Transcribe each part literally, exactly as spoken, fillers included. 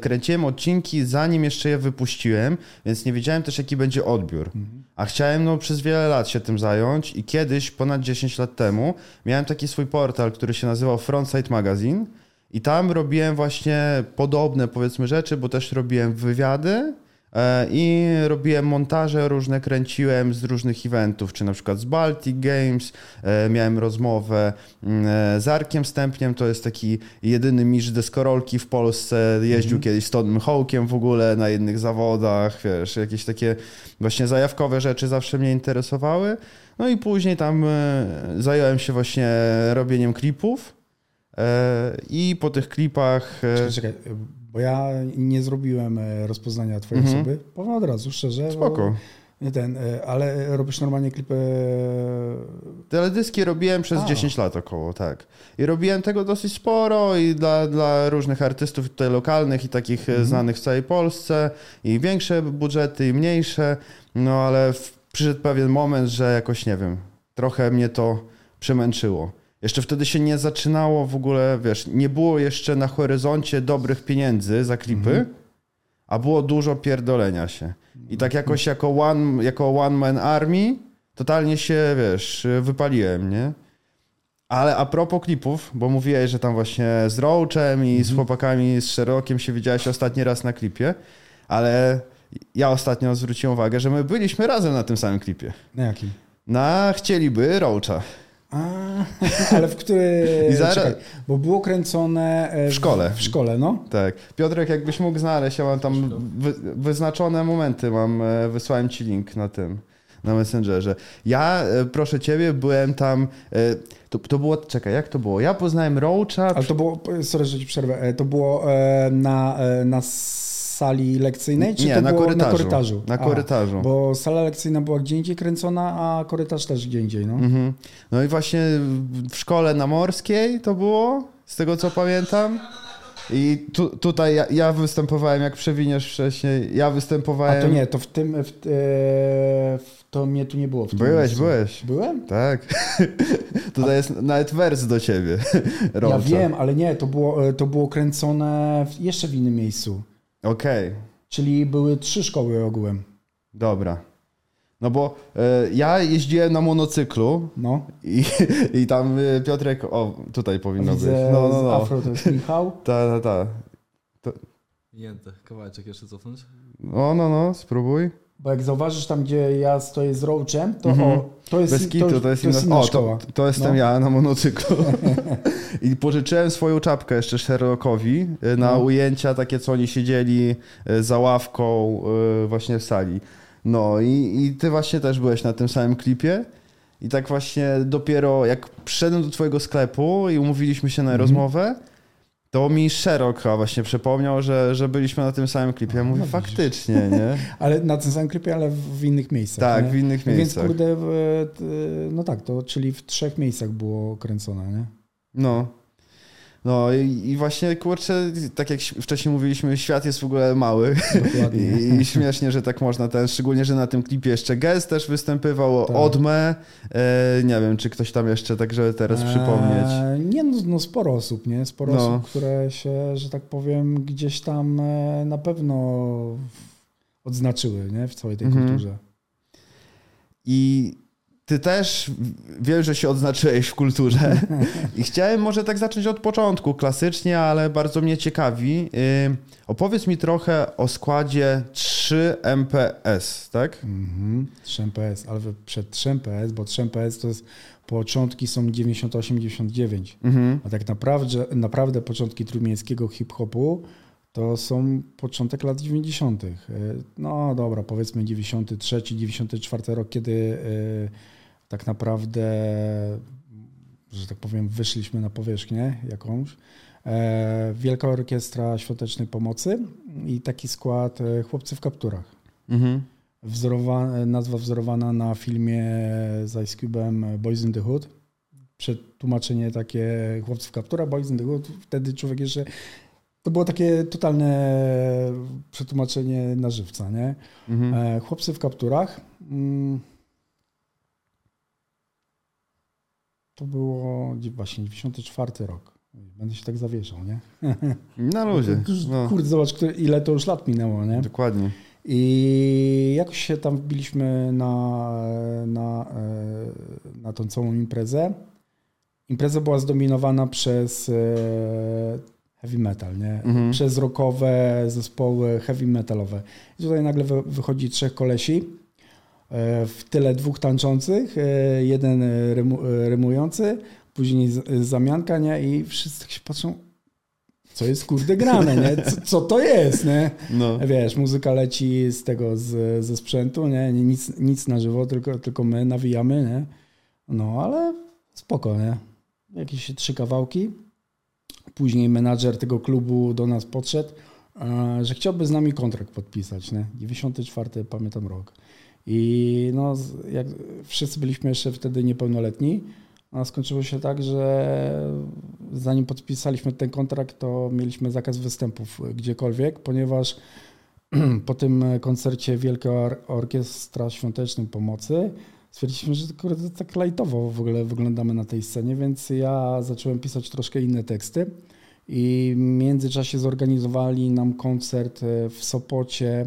Kręciłem odcinki zanim jeszcze je wypuściłem, więc nie wiedziałem też jaki będzie odbiór. Mhm. A chciałem no, przez wiele lat się tym zająć i kiedyś, ponad dziesięć lat temu, miałem taki swój portal, który się nazywał Frontside Magazine i tam robiłem właśnie podobne powiedzmy rzeczy, bo też robiłem wywiady i robiłem montaże różne, kręciłem z różnych eventów, czy na przykład z Baltic Games, miałem rozmowę z Arkiem Stępniem, to jest taki jedyny mistrz deskorolki w Polsce, jeździł mm-hmm. kiedyś z Tonym Hołkiem w ogóle na jednych zawodach, wiesz, jakieś takie właśnie zajawkowe rzeczy zawsze mnie interesowały. No i później tam zająłem się właśnie robieniem klipów i po tych klipach... Czekaj, czekaj. Bo ja nie zrobiłem rozpoznania twojej mhm. osoby. Powiem od razu, szczerze. Spoko. Nie ten, ale robisz normalnie klipy... Teledyski robiłem przez A. dziesięć lat około, tak. I robiłem tego dosyć sporo i dla, dla różnych artystów tutaj lokalnych i takich mhm. znanych w całej Polsce. I większe budżety i mniejsze. No ale w, przyszedł pewien moment, że jakoś, nie wiem, trochę mnie to przemęczyło. Jeszcze wtedy się nie zaczynało w ogóle, wiesz, nie było jeszcze na horyzoncie dobrych pieniędzy za klipy, mm-hmm. a było dużo pierdolenia się. I tak jakoś jako one, jako one man army totalnie się, wiesz, wypaliłem, nie? Ale a propos klipów, bo mówiłeś, że tam właśnie z Roachem i mm-hmm. z chłopakami, z Sherlockiem się widziałeś ostatni raz na klipie, ale ja ostatnio zwróciłem uwagę, że my byliśmy razem na tym samym klipie. Na jakim? Na Chcieliby Roacha. A, ale w której... Zaraz... Czekaj, bo było kręcone... W, w szkole. W szkole, no. Tak. Piotrek, jakbyś mógł znaleźć, ja mam tam wy, wyznaczone momenty, mam, wysłałem ci link na tym, na Messengerze. Ja, proszę ciebie, byłem tam... To, to było... Czekaj, jak to było? Ja poznałem Roacha... Ale to było... Sorry, że ci przerwę. To było na... na sali lekcyjnej, czy nie, to na było korytarzu. na korytarzu? Na korytarzu. A, bo sala lekcyjna była gdzie indziej kręcona, a korytarz też gdzie indziej, no. Mhm. No i właśnie w szkole na Morskiej to było, z tego co pamiętam. I tu, tutaj ja, ja występowałem, jak przewiniesz wcześniej, ja występowałem... A to nie, to w tym... W, w, to mnie tu nie było. W tym byłeś, miejscu. byłeś. Byłem? Tak. Tutaj a... jest nawet wers do ciebie. Ja wiem, ale nie, to było, to było kręcone w, jeszcze w innym miejscu. Okej. Okay. Czyli były trzy szkoły ogółem. Dobra. No bo y, ja jeździłem na monocyklu no. i, i tam y, Piotrek, o tutaj powinno Widzę być. No, no, no. Afro to jest Michał. Tak, tak, tak. Jęte, kawałeczek jeszcze cofnąć? No, no, no, spróbuj. Bo jak zauważysz tam, gdzie ja stoję z Roachem, to, mhm. o, to jest, Bez kitu, to, to jest, to jest inna, inna o, szkoła. To, to jestem no. ja na monocyklu. I pożyczyłem swoją czapkę jeszcze Sherlockowi na no. ujęcia takie, co oni siedzieli za ławką właśnie w sali. No i, i ty właśnie też byłeś na tym samym klipie. I tak właśnie dopiero jak przyszedłem do twojego sklepu i umówiliśmy się na mm-hmm. rozmowę, to mi Sherlock właśnie przypomniał, że, że byliśmy na tym samym klipie. Ja mówię, no, faktycznie, nie? Ale na tym samym klipie, ale w innych miejscach. Tak, nie? w innych miejscach. Więc kurde, no tak, to czyli w trzech miejscach było kręcone, nie? No. No i, i właśnie, kurczę, tak jak wcześniej mówiliśmy, świat jest w ogóle mały. I, I śmiesznie, że tak można ten, szczególnie, że na tym klipie jeszcze Gez też występował, tak. Odme. E, nie wiem, czy ktoś tam jeszcze, tak żeby teraz przypomnieć. E, nie, no, no sporo osób, nie? Sporo no. osób, które się, że tak powiem, gdzieś tam na pewno odznaczyły, nie? W całej tej mhm. kulturze. I ty też wiem, że się odznaczyłeś w kulturze i chciałem może tak zacząć od początku, klasycznie, ale bardzo mnie ciekawi. Yy, opowiedz mi trochę o składzie trzy M P S, tak? Mhm, trzy M P S, ale przed trzy M P S, bo trzy M P S to jest, początki są dziewięćdziesiąt osiem dziewięćdziesiąt dziewięć, mhm. a tak naprawdę, naprawdę początki trójmiejskiego hip-hopu to są początek lat dziewięćdziesiątych. No dobra, powiedzmy dziewięćdziesiąty trzeci, dziewięćdziesiąty czwarty rok, kiedy y, tak naprawdę, że tak powiem, wyszliśmy na powierzchnię jakąś. E, Wielka Orkiestra Świątecznej Pomocy i taki skład e, Chłopcy w kapturach. Mhm. Wzorowa- nazwa wzorowana na filmie z Ice Cube'em Boys in the Hood. Przetłumaczenie takie Chłopcy w kapturach, Boys in the Hood. Wtedy człowiek jeszcze... To było takie totalne przetłumaczenie na żywca, nie? Mhm. Chłopcy w kapturach. To było właśnie dziewięćdziesiąty czwarty rok. Będę się tak zawieszał, nie? Na luzie. No. Kurde, zobacz, ile to już lat minęło, nie? Dokładnie. I jakoś się tam wbiliśmy na, na, na tą całą imprezę. Impreza była zdominowana przez heavy metal, nie? Mhm. Przez rockowe zespoły heavy metalowe. I tutaj nagle wychodzi trzech kolesi, w tyle dwóch tańczących, jeden rymu, rymujący, później zamianka, nie? I wszyscy się patrzą, co jest kurde grane, nie? Co, co to jest, nie? No. Wiesz, muzyka leci z tego, z, ze sprzętu, nie? Nic, nic na żywo, tylko, tylko my nawijamy, nie? No, ale spoko, nie? Jakieś trzy kawałki. Później menadżer tego klubu do nas podszedł, że chciałby z nami kontrakt podpisać, nie? dziewięćdziesiąty czwarty, pamiętam rok. I no, jak wszyscy byliśmy jeszcze wtedy niepełnoletni, a skończyło się tak, że zanim podpisaliśmy ten kontrakt, to mieliśmy zakaz występów gdziekolwiek, ponieważ po tym koncercie Wielka Orkiestra Świątecznej Pomocy stwierdziliśmy, że kurde, tak lajtowo w ogóle wyglądamy na tej scenie, więc ja zacząłem pisać troszkę inne teksty i w międzyczasie zorganizowali nam koncert w Sopocie,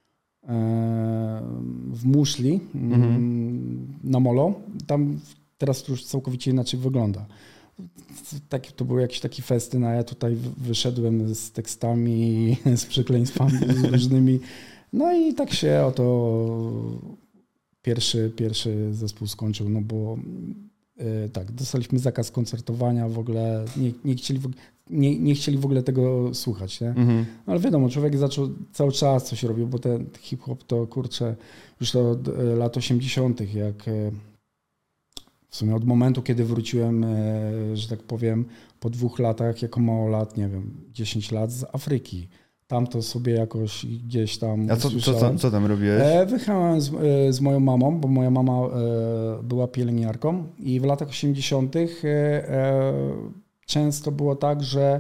w Muszli, mhm. na Molo. Tam teraz to już całkowicie inaczej wygląda. Tak, to był jakiś taki festyn, a ja tutaj wyszedłem z tekstami, z przekleństwami z różnymi. No i tak się oto pierwszy, pierwszy zespół skończył, no bo yy, tak, dostaliśmy zakaz koncertowania, w ogóle nie, nie, chcieli, nie, nie chcieli w ogóle tego słuchać, nie? Mhm. Ale wiadomo, człowiek zaczął cały czas coś robił, bo ten hip-hop to kurczę już to od lat osiemdziesiątych, jak w sumie od momentu, kiedy wróciłem, że tak powiem, po dwóch latach, jako małolat, nie wiem, dziesięć lat z Afryki. Tam to sobie jakoś gdzieś tam A co, co, co, co tam robiłeś? Wyjechałem z, z moją mamą, bo moja mama była pielęgniarką i w latach osiemdziesiątych często było tak, że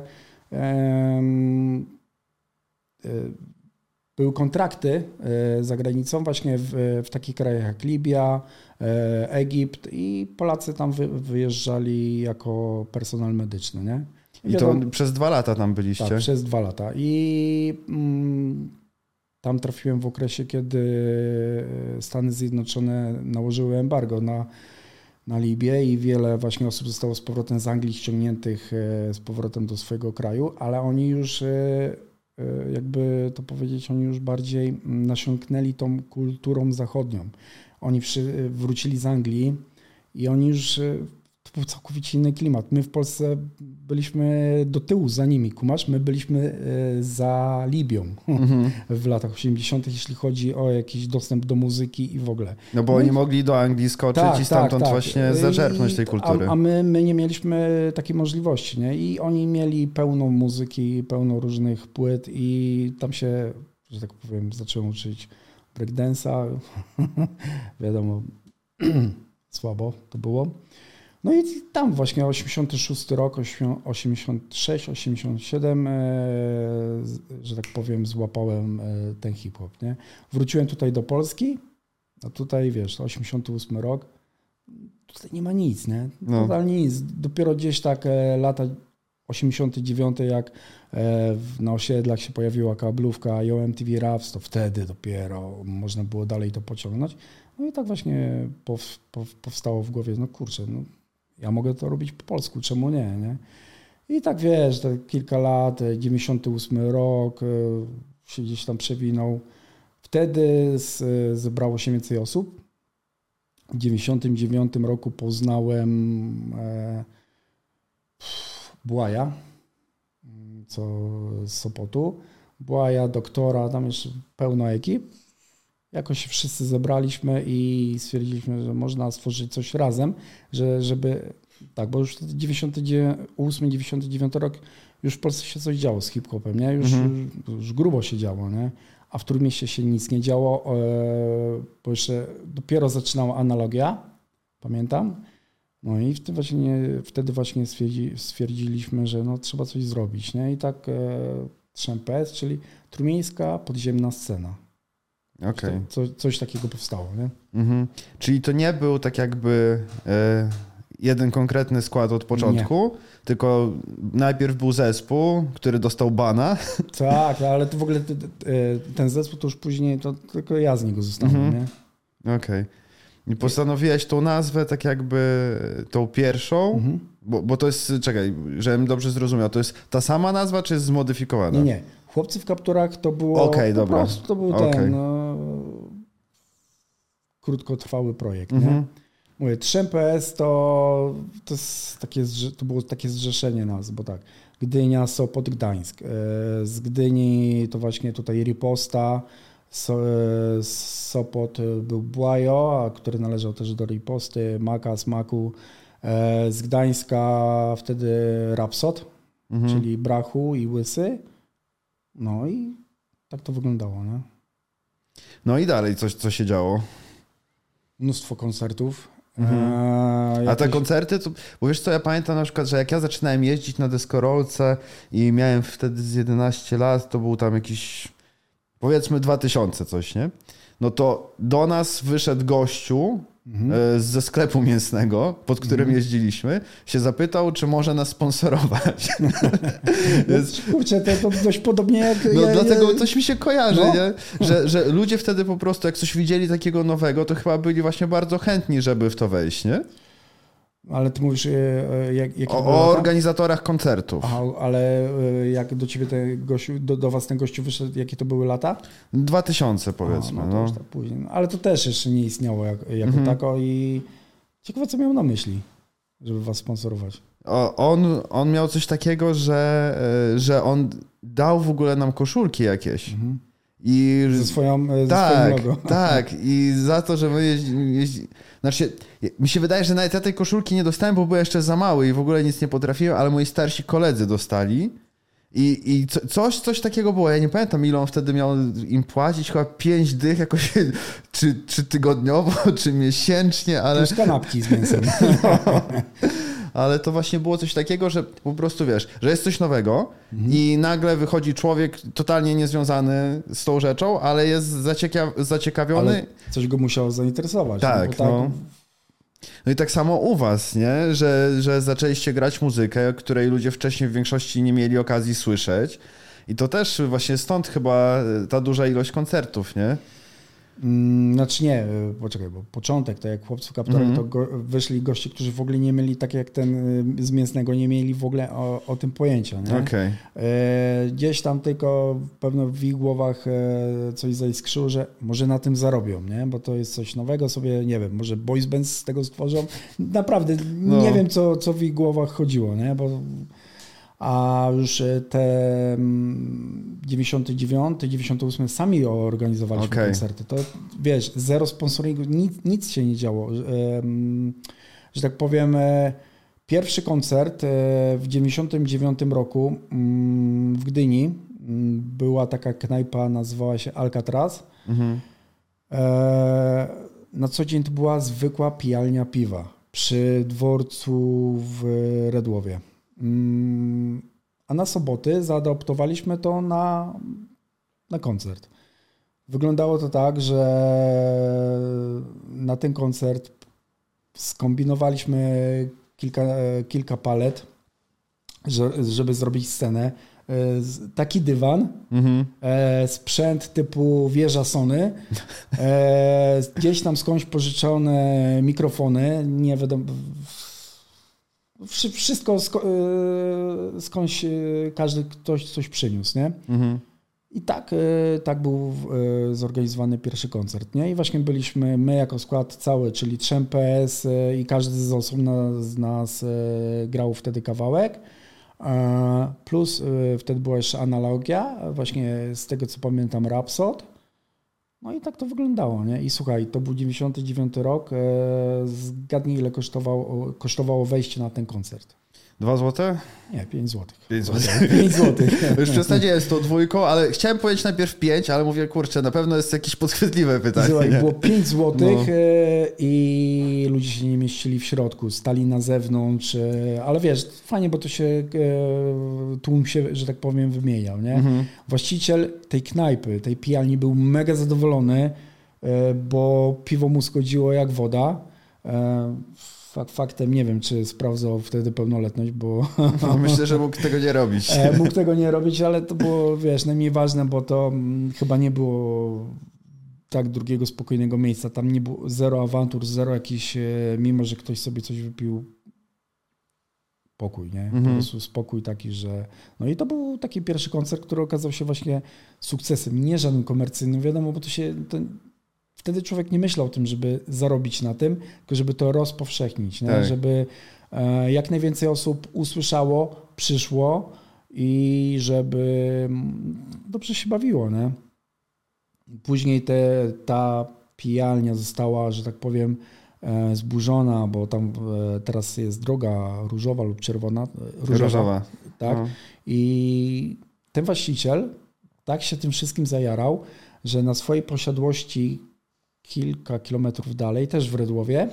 były kontrakty za granicą właśnie w, w takich krajach jak Libia, Egipt i Polacy tam wy, wyjeżdżali jako personel medyczny, nie? I wiadomo, to przez dwa lata tam byliście? Tak, przez dwa lata. I mm, tam trafiłem w okresie, kiedy Stany Zjednoczone nałożyły embargo na, na Libię i wiele właśnie osób zostało z powrotem z Anglii ściągniętych z powrotem do swojego kraju, ale oni już, jakby to powiedzieć, oni już bardziej nasiąknęli tą kulturą zachodnią. Oni przy, wrócili z Anglii i oni już... To był całkowicie inny klimat. My w Polsce byliśmy do tyłu za nimi, kumasz? My byliśmy za Libią mm-hmm. w latach osiemdziesiątych, jeśli chodzi o jakiś dostęp do muzyki i w ogóle. No bo no oni i... mogli do Anglii skoczyć tak, i stamtąd tak, tak. właśnie zaczerpnąć tej kultury. A, a my, my nie mieliśmy takiej możliwości, nie? I oni mieli pełno muzyki, pełno różnych płyt i tam się, że tak powiem, zacząłem uczyć breakdance'a. Wiadomo, słabo to było. No i tam właśnie osiemdziesiąty szósty rok, osiemdziesiąty szósty, osiemdziesiąty siódmy, że tak powiem, złapałem ten hip-hop, nie? Wróciłem tutaj do Polski, a tutaj, wiesz, osiemdziesiąty ósmy rok, tutaj nie ma nic, nie? Totalnie no. nic. Dopiero gdzieś tak lata osiemdziesiąty dziewiąty, jak na osiedlach się pojawiła kablówka i O M T V Raps, to wtedy dopiero można było dalej to pociągnąć. No i tak właśnie powstało w głowie, no kurczę, no ja mogę to robić po polsku, czemu nie, nie? I tak wiesz, tak kilka lat, dziewięćdziesiąty ósmy rok się gdzieś tam przewinął. Wtedy z, zebrało się więcej osób. W dziewięćdziesiątym dziewiątym roku poznałem e, Błaja, co z Sopotu. Błaja, doktora, tam jeszcze pełno ekip. Jakoś się wszyscy zebraliśmy i stwierdziliśmy, że można stworzyć coś razem, że, żeby, tak, bo już dziewięćdziesiąty ósmy dziewięćdziesiąty dziewiąty rok już w Polsce się coś działo z hip-hopem, nie? Już, mhm. już, już grubo się działo, nie? A w Trójmieście się nic nie działo, bo jeszcze dopiero zaczynała analogia, pamiętam. No i wtedy właśnie, wtedy właśnie stwierdzi, stwierdziliśmy, że no, trzeba coś zrobić, nie? I tak trzy M P S, czyli Trójmiejska Podziemna Scena. Okay. Co, coś takiego powstało, nie? Mhm. Czyli to nie był tak jakby e, jeden konkretny skład od początku, nie. tylko najpierw był zespół, który dostał bana. Tak, ale to w ogóle ten zespół to już później, to tylko ja z niego zostałem, mhm. nie? Okej. Okay. I postanowiłeś tą nazwę tak jakby tą pierwszą, mhm. bo, bo to jest, czekaj, żebym dobrze zrozumiał, to jest ta sama nazwa, czy jest zmodyfikowana? Nie, nie. Chłopcy w kapturach to było okay, po dobra. prostu, to był okay. ten no, krótkotrwały projekt, mhm. nie? Mówię, Trzem P S to, to, jest takie, to było takie zrzeszenie nazw, bo tak, Gdynia, Sopot, Gdańsk. Z Gdyni to właśnie tutaj Riposta, so, Sopot był Błajo, który należał też do Riposty, Maka, Smaku. Z Gdańska wtedy Rapsod, mhm. czyli Brachu i Łysy. No i tak to wyglądało, nie? No i dalej coś, co się działo? Mnóstwo koncertów. Mhm. A, jakieś... A te koncerty, to, bo wiesz co, ja pamiętam na przykład, że jak ja zaczynałem jeździć na deskorolce i miałem wtedy z jedenaście lat, to był tam jakiś, powiedzmy dwa tysiące coś, nie? No to do nas wyszedł gościu mhm. ze sklepu mięsnego, pod którym mhm. jeździliśmy, się zapytał, czy może nas sponsorować. Więc... Kurczę, to, to dość podobnie jak... No ja, dlatego ja... coś mi się kojarzy, no. nie? Że, że ludzie wtedy po prostu, jak coś widzieli takiego nowego, to chyba byli właśnie bardzo chętni, żeby w to wejść, nie? Ale ty mówisz jak, jakie o, o organizatorach koncertów. Aha, ale jak do ciebie ten gościu, do, do was ten gościu wyszedł, jakie to były lata? dwa tysiące powiedzmy. A, no to no. już tak później. Ale to też jeszcze nie istniało jak, jako mhm. tako i ciekawe co miał na myśli, żeby was sponsorować. O, on, on miał coś takiego, że, że on dał w ogóle nam koszulki jakieś. Mhm. I ze swoją, ze tak, swoim logo. Tak, i za to, że my jeździmy... Jeździ... Znaczy, mi się wydaje, że nawet ja tej koszulki nie dostałem, bo byłem jeszcze za mały i w ogóle nic nie potrafiłem, ale moi starsi koledzy dostali. I, i co, coś, coś takiego było. Ja nie pamiętam, ile on wtedy miał im płacić, chyba pięć dych jakoś, czy, czy tygodniowo, czy miesięcznie, ale... Plus kanapki z mięsem. No. Ale to właśnie było coś takiego, że po prostu wiesz, że jest coś nowego mhm. i nagle wychodzi człowiek totalnie niezwiązany z tą rzeczą, ale jest zacieka zaciekawiony. Ale coś go musiało zainteresować. Tak, no, no. Tak... No i tak samo u was, nie? Że, że zaczęliście grać muzykę, której ludzie wcześniej w większości nie mieli okazji słyszeć. I to też właśnie stąd chyba ta duża ilość koncertów, nie? Znaczy nie, poczekaj, bo początek, to jak chłopcy w kapturach, mm-hmm. to go, wyszli goście, którzy w ogóle nie mieli, tak jak ten z Mięsnego, nie mieli w ogóle o, o tym pojęcia. Nie? Okay. E, gdzieś tam tylko pewno w ich głowach e, coś zaiskrzyło, że może na tym zarobią, nie? Bo to jest coś nowego, sobie nie wiem, może boys band z tego stworzą. Naprawdę no. nie wiem, co, co w ich głowach chodziło, nie? Bo a już te dziewięćdziesiąty dziewiąty, dziewięćdziesiąty ósmy sami organizowaliśmy okay. koncerty. To wiesz, zero sponsoringu, nic, nic się nie działo. Że tak powiem, pierwszy koncert w dziewięćdziesiątym dziewiątym roku w Gdyni była taka knajpa, nazywała się Alcatraz. Mhm. Na co dzień to była zwykła pijalnia piwa przy dworcu w Redłowie. A na soboty zaadoptowaliśmy to na, na koncert. Wyglądało to tak, że na ten koncert skombinowaliśmy kilka, kilka palet, żeby zrobić scenę. Taki dywan, mhm. sprzęt typu wieża Sony, gdzieś tam skądś pożyczone mikrofony, nie wiadomo... Wszystko skądś każdy ktoś coś przyniósł, nie? Mhm. I tak, tak był zorganizowany pierwszy koncert, nie? I właśnie byliśmy my jako skład cały, czyli Trzem P S i każdy z osobna z nas grał wtedy kawałek. Plus wtedy była jeszcze analogia, właśnie z tego co pamiętam Rapsod. No i tak to wyglądało, nie? I słuchaj, to był dziewięćdziesiąty dziewiąty rok, e, zgadnij ile kosztowało, kosztowało wejście na ten koncert. Dwa złote? Nie, pięć złotych. Pięć złotych. Pięć złotych. Już przesadziłem z tą dwójką, ale chciałem powiedzieć najpierw pięć, ale mówię, kurczę, na pewno jest jakieś podchwytliwe pytanie. Słuchaj, było pięć złotych no. i ludzie się nie mieścili w środku, stali na zewnątrz, ale wiesz, fajnie, bo to się tłum się, że tak powiem, wymieniał, nie? Mhm. Właściciel tej knajpy, tej pijalni był mega zadowolony, bo piwo mu schodziło jak woda. Fak, faktem nie wiem, czy sprawdzał wtedy pełnoletność, bo... Myślę, że mógł tego nie robić. Mógł tego nie robić, ale to było, wiesz, najmniej ważne, bo to mm, chyba nie było tak drugiego spokojnego miejsca. Tam nie było zero awantur, zero jakichś, mimo że ktoś sobie coś wypił, pokój, nie? Po Mhm. prostu spokój taki, że... No i to był taki pierwszy koncert, który okazał się właśnie sukcesem, nie żadnym komercyjnym, wiadomo, bo to się... To, wtedy człowiek nie myślał o tym, żeby zarobić na tym, tylko żeby to rozpowszechnić, nie? Tak. Żeby e, jak najwięcej osób usłyszało, przyszło i żeby dobrze się bawiło, nie? Później te, ta pijalnia została, że tak powiem, e, zburzona, bo tam e, teraz jest droga różowa lub czerwona. Różowa. Różowa. Tak? No. I ten właściciel tak się tym wszystkim zajarał, że na swojej posiadłości kilka kilometrów dalej, też w Redłowie,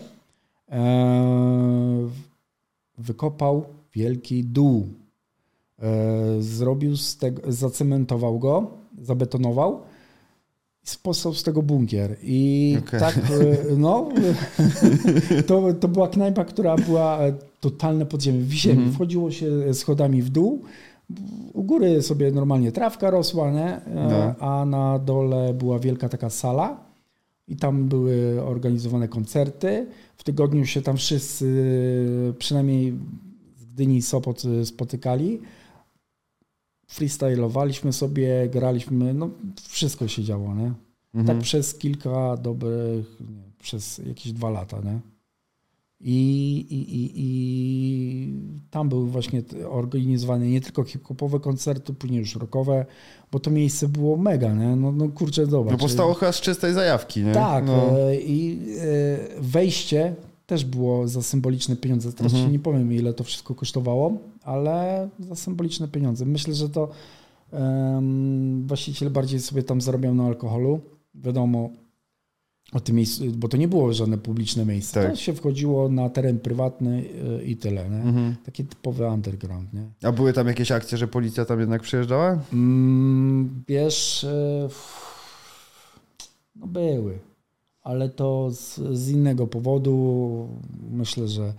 e, wykopał wielki dół. E, zrobił z tego, zacementował go, zabetonował i powstał z tego bunkier. I Okay. tak, e, no, to, to była knajpa, która była totalne podziemie, w ziemi. Mm-hmm. Wchodziło się schodami w dół. U góry sobie normalnie trawka rosła, nie? E, no. A na dole była wielka taka sala i tam były organizowane koncerty. W tygodniu się tam wszyscy, przynajmniej z Gdyni i Sopot, spotykali. Freestylowaliśmy sobie, graliśmy, no wszystko się działo, nie? Mhm. Tak przez kilka dobrych, nie, przez jakieś dwa lata, nie? I, i, i, i tam były właśnie organizowane nie tylko hip-hopowe koncerty, później już rockowe, bo to miejsce było mega, nie? No, no kurczę, zobacz. No powstało chyba z czystej zajawki, nie? Tak, no. i wejście też było za symboliczne pieniądze. Teraz mhm. ci nie powiem, ile to wszystko kosztowało, ale za symboliczne pieniądze. Myślę, że to um, właściciel bardziej sobie tam zarabiał na alkoholu. Wiadomo, o tym miejscu, bo to nie było żadne publiczne miejsce. Tak. To się wchodziło na teren prywatny i tyle. Nie? Mhm. Taki typowy underground. Nie? A były tam jakieś akcje, że policja tam jednak przyjeżdżała? Mm, wiesz, no były, ale to z, z innego powodu. Myślę, że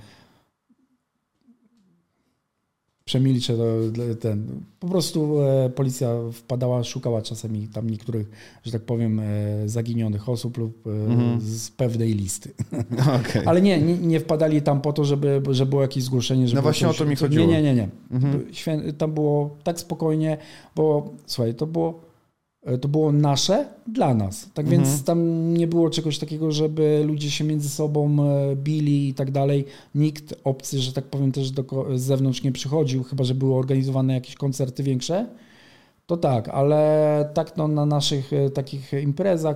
przemilczę to, ten. Po prostu e, policja wpadała, szukała czasami tam niektórych, że tak powiem, e, zaginionych osób lub e, mhm. z pewnej listy. Okay. Ale nie, nie, nie wpadali tam po to, żeby, żeby było jakieś zgłoszenie. Żeby no właśnie coś, o to mi coś, chodziło. Nie, nie, nie. nie. Mhm. Świę, tam było tak spokojnie, bo słuchaj, to było to było nasze dla nas. Tak mhm. więc tam nie było czegoś takiego, żeby ludzie się między sobą bili i tak dalej. Nikt obcy, że tak powiem, też do, z zewnątrz nie przychodził, chyba że były organizowane jakieś koncerty większe. To tak, ale tak no, na naszych takich imprezach,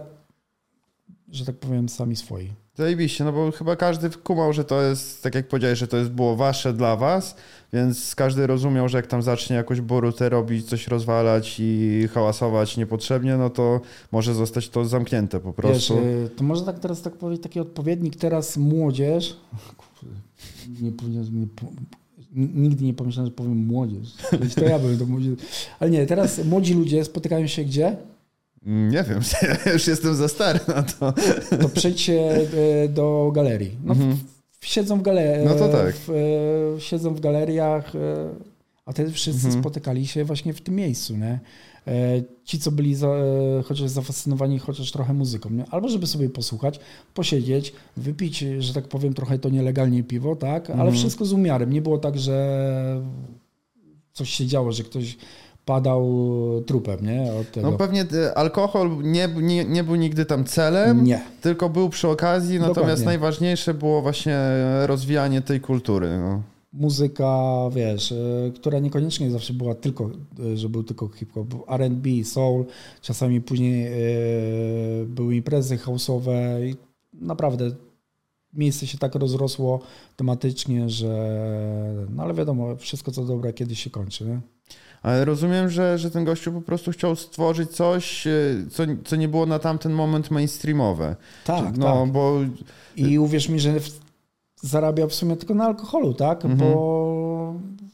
że tak powiem, sami swoi. Zajebiście, no bo chyba każdy kumał, że to jest, tak jak powiedziałeś, że to jest było wasze dla was, więc każdy rozumiał, że jak tam zacznie jakoś borutę robić, coś rozwalać i hałasować niepotrzebnie, no to może zostać to zamknięte po prostu. Wiesz, to można tak teraz tak powiedzieć, taki odpowiednik teraz młodzież, nie powinienem, nie, nigdy nie pomyślałem, że powiem młodzież, to ja bym to młodzież, ale nie, teraz młodzi ludzie spotykają się gdzie? Nie wiem, ja już jestem za stary na to. To przejdźcie do galerii. No, mhm. Siedzą w galerii. No to tak. W, siedzą w galeriach, a wtedy wszyscy mhm. spotykali się właśnie w tym miejscu. Nie? Ci, co byli za, chociaż zafascynowani chociaż trochę muzyką, nie? Albo żeby sobie posłuchać, posiedzieć, wypić, że tak powiem, trochę to nielegalnie piwo, tak? Ale mhm. wszystko z umiarem. Nie było tak, że coś się działo, że ktoś padał trupem, nie? Od tego. No pewnie alkohol nie, nie, nie był nigdy tam celem, nie. tylko był przy okazji, natomiast Dokładnie. najważniejsze było właśnie rozwijanie tej kultury. No. Muzyka, wiesz, która niekoniecznie zawsze była tylko, że był tylko hip-hop, R and B, soul, czasami później były imprezy house'owe i naprawdę miejsce się tak rozrosło tematycznie, że no ale wiadomo, wszystko co dobre kiedyś się kończy, nie? Ale rozumiem, że, że ten gościu po prostu chciał stworzyć coś, co, co nie było na tamten moment mainstreamowe. Tak, no, tak. Bo... I uwierz mi, że w, zarabiał w sumie tylko na alkoholu, tak? Mhm. Bo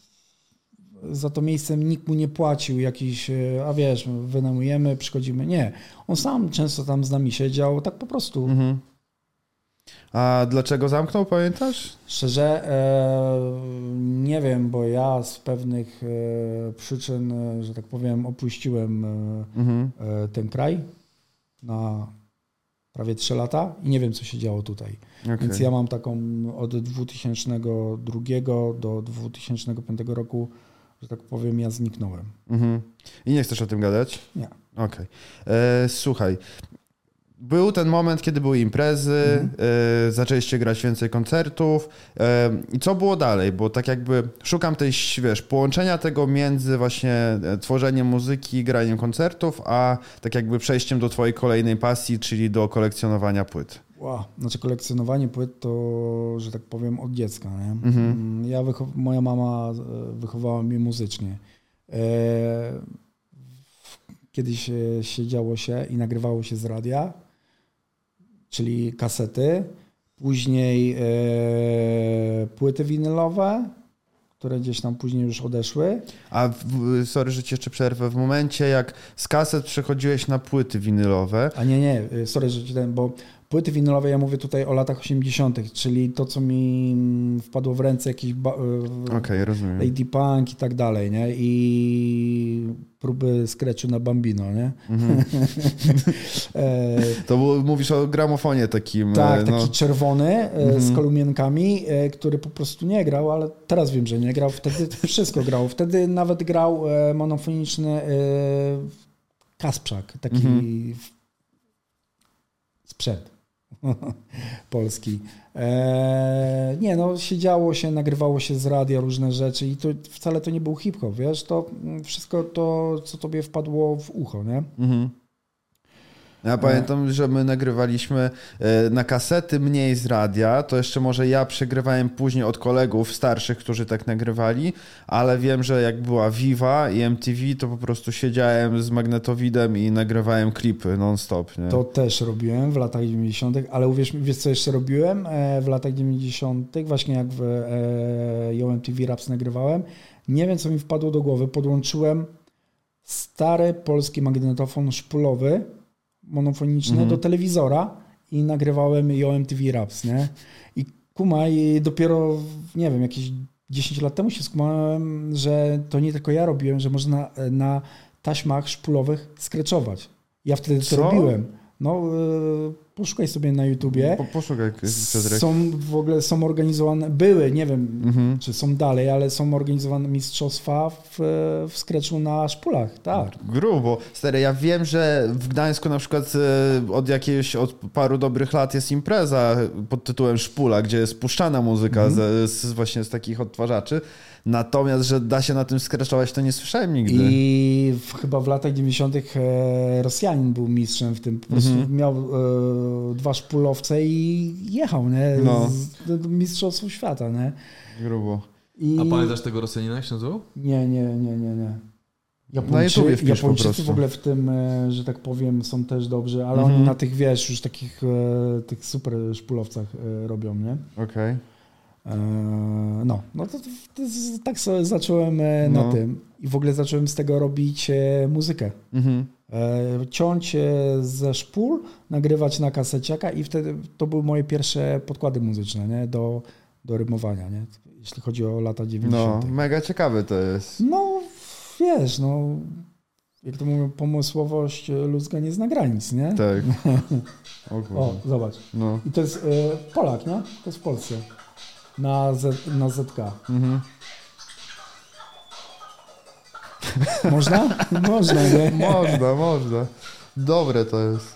za to miejsce nikt mu nie płacił jakiś, a wiesz, wynajmujemy, przychodzimy. Nie. On sam często tam z nami siedział, tak po prostu. Mhm. A dlaczego zamknął, pamiętasz? Szczerze, e, nie wiem, bo ja z pewnych e, przyczyn, e, że tak powiem, opuściłem e, Mhm. e, ten kraj na prawie trzy lata i nie wiem, co się działo tutaj. Okay. Więc ja mam taką od dwa tysiące drugiego do dwa tysiące piątego roku, że tak powiem, ja zniknąłem. Mhm. I nie chcesz o tym gadać? Nie. Okej. Okay. Słuchaj, był ten moment, kiedy były imprezy, mhm. e, zaczęliście grać więcej koncertów. E, I co było dalej? Bo tak jakby szukam tej, wiesz, połączenia tego między właśnie tworzeniem muzyki, graniem koncertów, a tak jakby przejściem do twojej kolejnej pasji, czyli do kolekcjonowania płyt. Wow. Znaczy kolekcjonowanie płyt to, że tak powiem, od dziecka. Nie? Mhm. Ja wychow- moja mama wychowała mnie muzycznie. E, kiedyś siedziało się i nagrywało się z radia, czyli kasety, później e, płyty winylowe, które gdzieś tam później już odeszły. A w, sorry, że ci jeszcze przerwę. W momencie, jak z kaset przechodziłeś na płyty winylowe... A nie, nie, sorry, że ci ten, bo płyty winylowe, ja mówię tutaj o latach osiemdziesiątych, czyli to, co mi wpadło w ręce, jakieś ba- okay, rozumiem. Lady Punk i tak dalej, nie? I próby scratchu na Bambino, nie? Mm-hmm. To było, mówisz o gramofonie takim. Tak, no. taki czerwony mm-hmm. z kolumienkami, który po prostu nie grał, ale teraz wiem, że nie grał. Wtedy wszystko grał. Wtedy nawet grał monofoniczny Kasprzak, taki mm-hmm. sprzęt polski. Eee, nie, no siedziało się, nagrywało się z radia różne rzeczy i to wcale to nie był hip-hop, wiesz, to wszystko to, co tobie wpadło w ucho, nie? Mhm. Ja pamiętam, że my nagrywaliśmy na kasety mniej z radia, to jeszcze może ja przegrywałem później od kolegów starszych, którzy tak nagrywali, ale wiem, że jak była Viva i M T V, to po prostu siedziałem z magnetowidem i nagrywałem klipy non-stop. Nie? To też robiłem w latach dziewięćdziesiątych, ale uwierz mi, wiesz co jeszcze robiłem w latach dziewięćdziesiątych, właśnie jak w Yo M T V Raps nagrywałem, nie wiem co mi wpadło do głowy, podłączyłem stary polski magnetofon szpulowy, monofoniczne mm-hmm. do telewizora i nagrywałem Yo M T V Raps, nie? I kumaj, dopiero, nie wiem, jakieś dziesięć lat temu się skumałem, że to nie tylko ja robiłem, że można na taśmach szpulowych skreczować. Ja wtedy to Co? robiłem. No, yy, poszukaj sobie na YouTubie. Po, poszukaj, Piotrek. Są w ogóle, są organizowane, były, nie wiem, mm-hmm. czy są dalej, ale są organizowane mistrzostwa w, w skreczu na szpulach, tak. Grubo. Stary, ja wiem, że w Gdańsku na przykład od jakiegoś, od paru dobrych lat jest impreza pod tytułem Szpula, gdzie jest puszczana muzyka mm-hmm. z, z właśnie z takich odtwarzaczy. Natomiast, że da się na tym skreczować, to nie słyszałem nigdy. I w, chyba w latach dziewięćdziesiątych Rosjanin był mistrzem w tym. Po prostu mm-hmm. miał e, dwa szpulowce i jechał, nie? No. Z, do mistrzostwów świata, nie? Grubo. I... A pamiętasz tego Rosjanina, jak się nazywał? Nie, nie, nie, nie, nie. Japończy, na YouTubie wpisz Japończycy po prostu. w ogóle w tym, że tak powiem, są też dobrzy, ale mm-hmm. oni na tych, wiesz, już takich tych super szpulowcach robią, nie? Okej. Okay. No, no to, to, to tak sobie zacząłem na no. tym i w ogóle zacząłem z tego robić muzykę. Mhm. Ciąć ze szpul, nagrywać na kaseciaka i wtedy to były moje pierwsze podkłady muzyczne, nie? Do, do rymowania, nie? Jeśli chodzi o lata dziewięćdziesiąte. No, mega ciekawe to jest. No, wiesz, no, jak to mówią, pomysłowość ludzka nie zna granic, nie? Tak. O, o zobacz. No. I to jest y, Polak, nie? To jest w Polsce. Na, Z, na Z K. Mhm. Można? Można, nie? Można, można. Dobre to jest.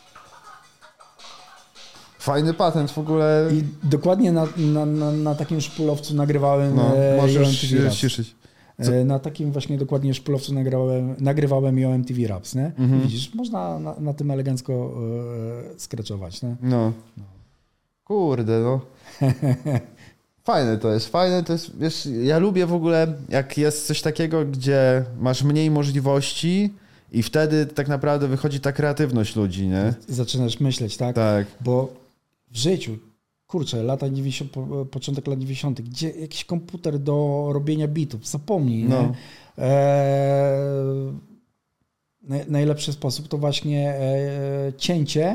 Fajny patent w ogóle. I dokładnie na, na, na, na takim szpulowcu nagrywałem. No, możesz się ciszyć. Na takim właśnie dokładnie szpulowcu nagrałem, nagrywałem Yo M T V Raps, nie? Mhm. Widzisz, można na, na tym elegancko e, skreczować, nie? No. no. Kurde, no. Fajne to jest, fajne to jest, wiesz, ja lubię w ogóle, jak jest coś takiego, gdzie masz mniej możliwości i wtedy tak naprawdę wychodzi ta kreatywność ludzi, nie? Zaczynasz myśleć, tak? Tak. Bo w życiu, kurczę, lata dziewięćdziesiąte, początek lat dziewięćdziesiątych, gdzie jakiś komputer do robienia bitów, zapomnij, no. nie? Eee, najlepszy sposób to właśnie e, cięcie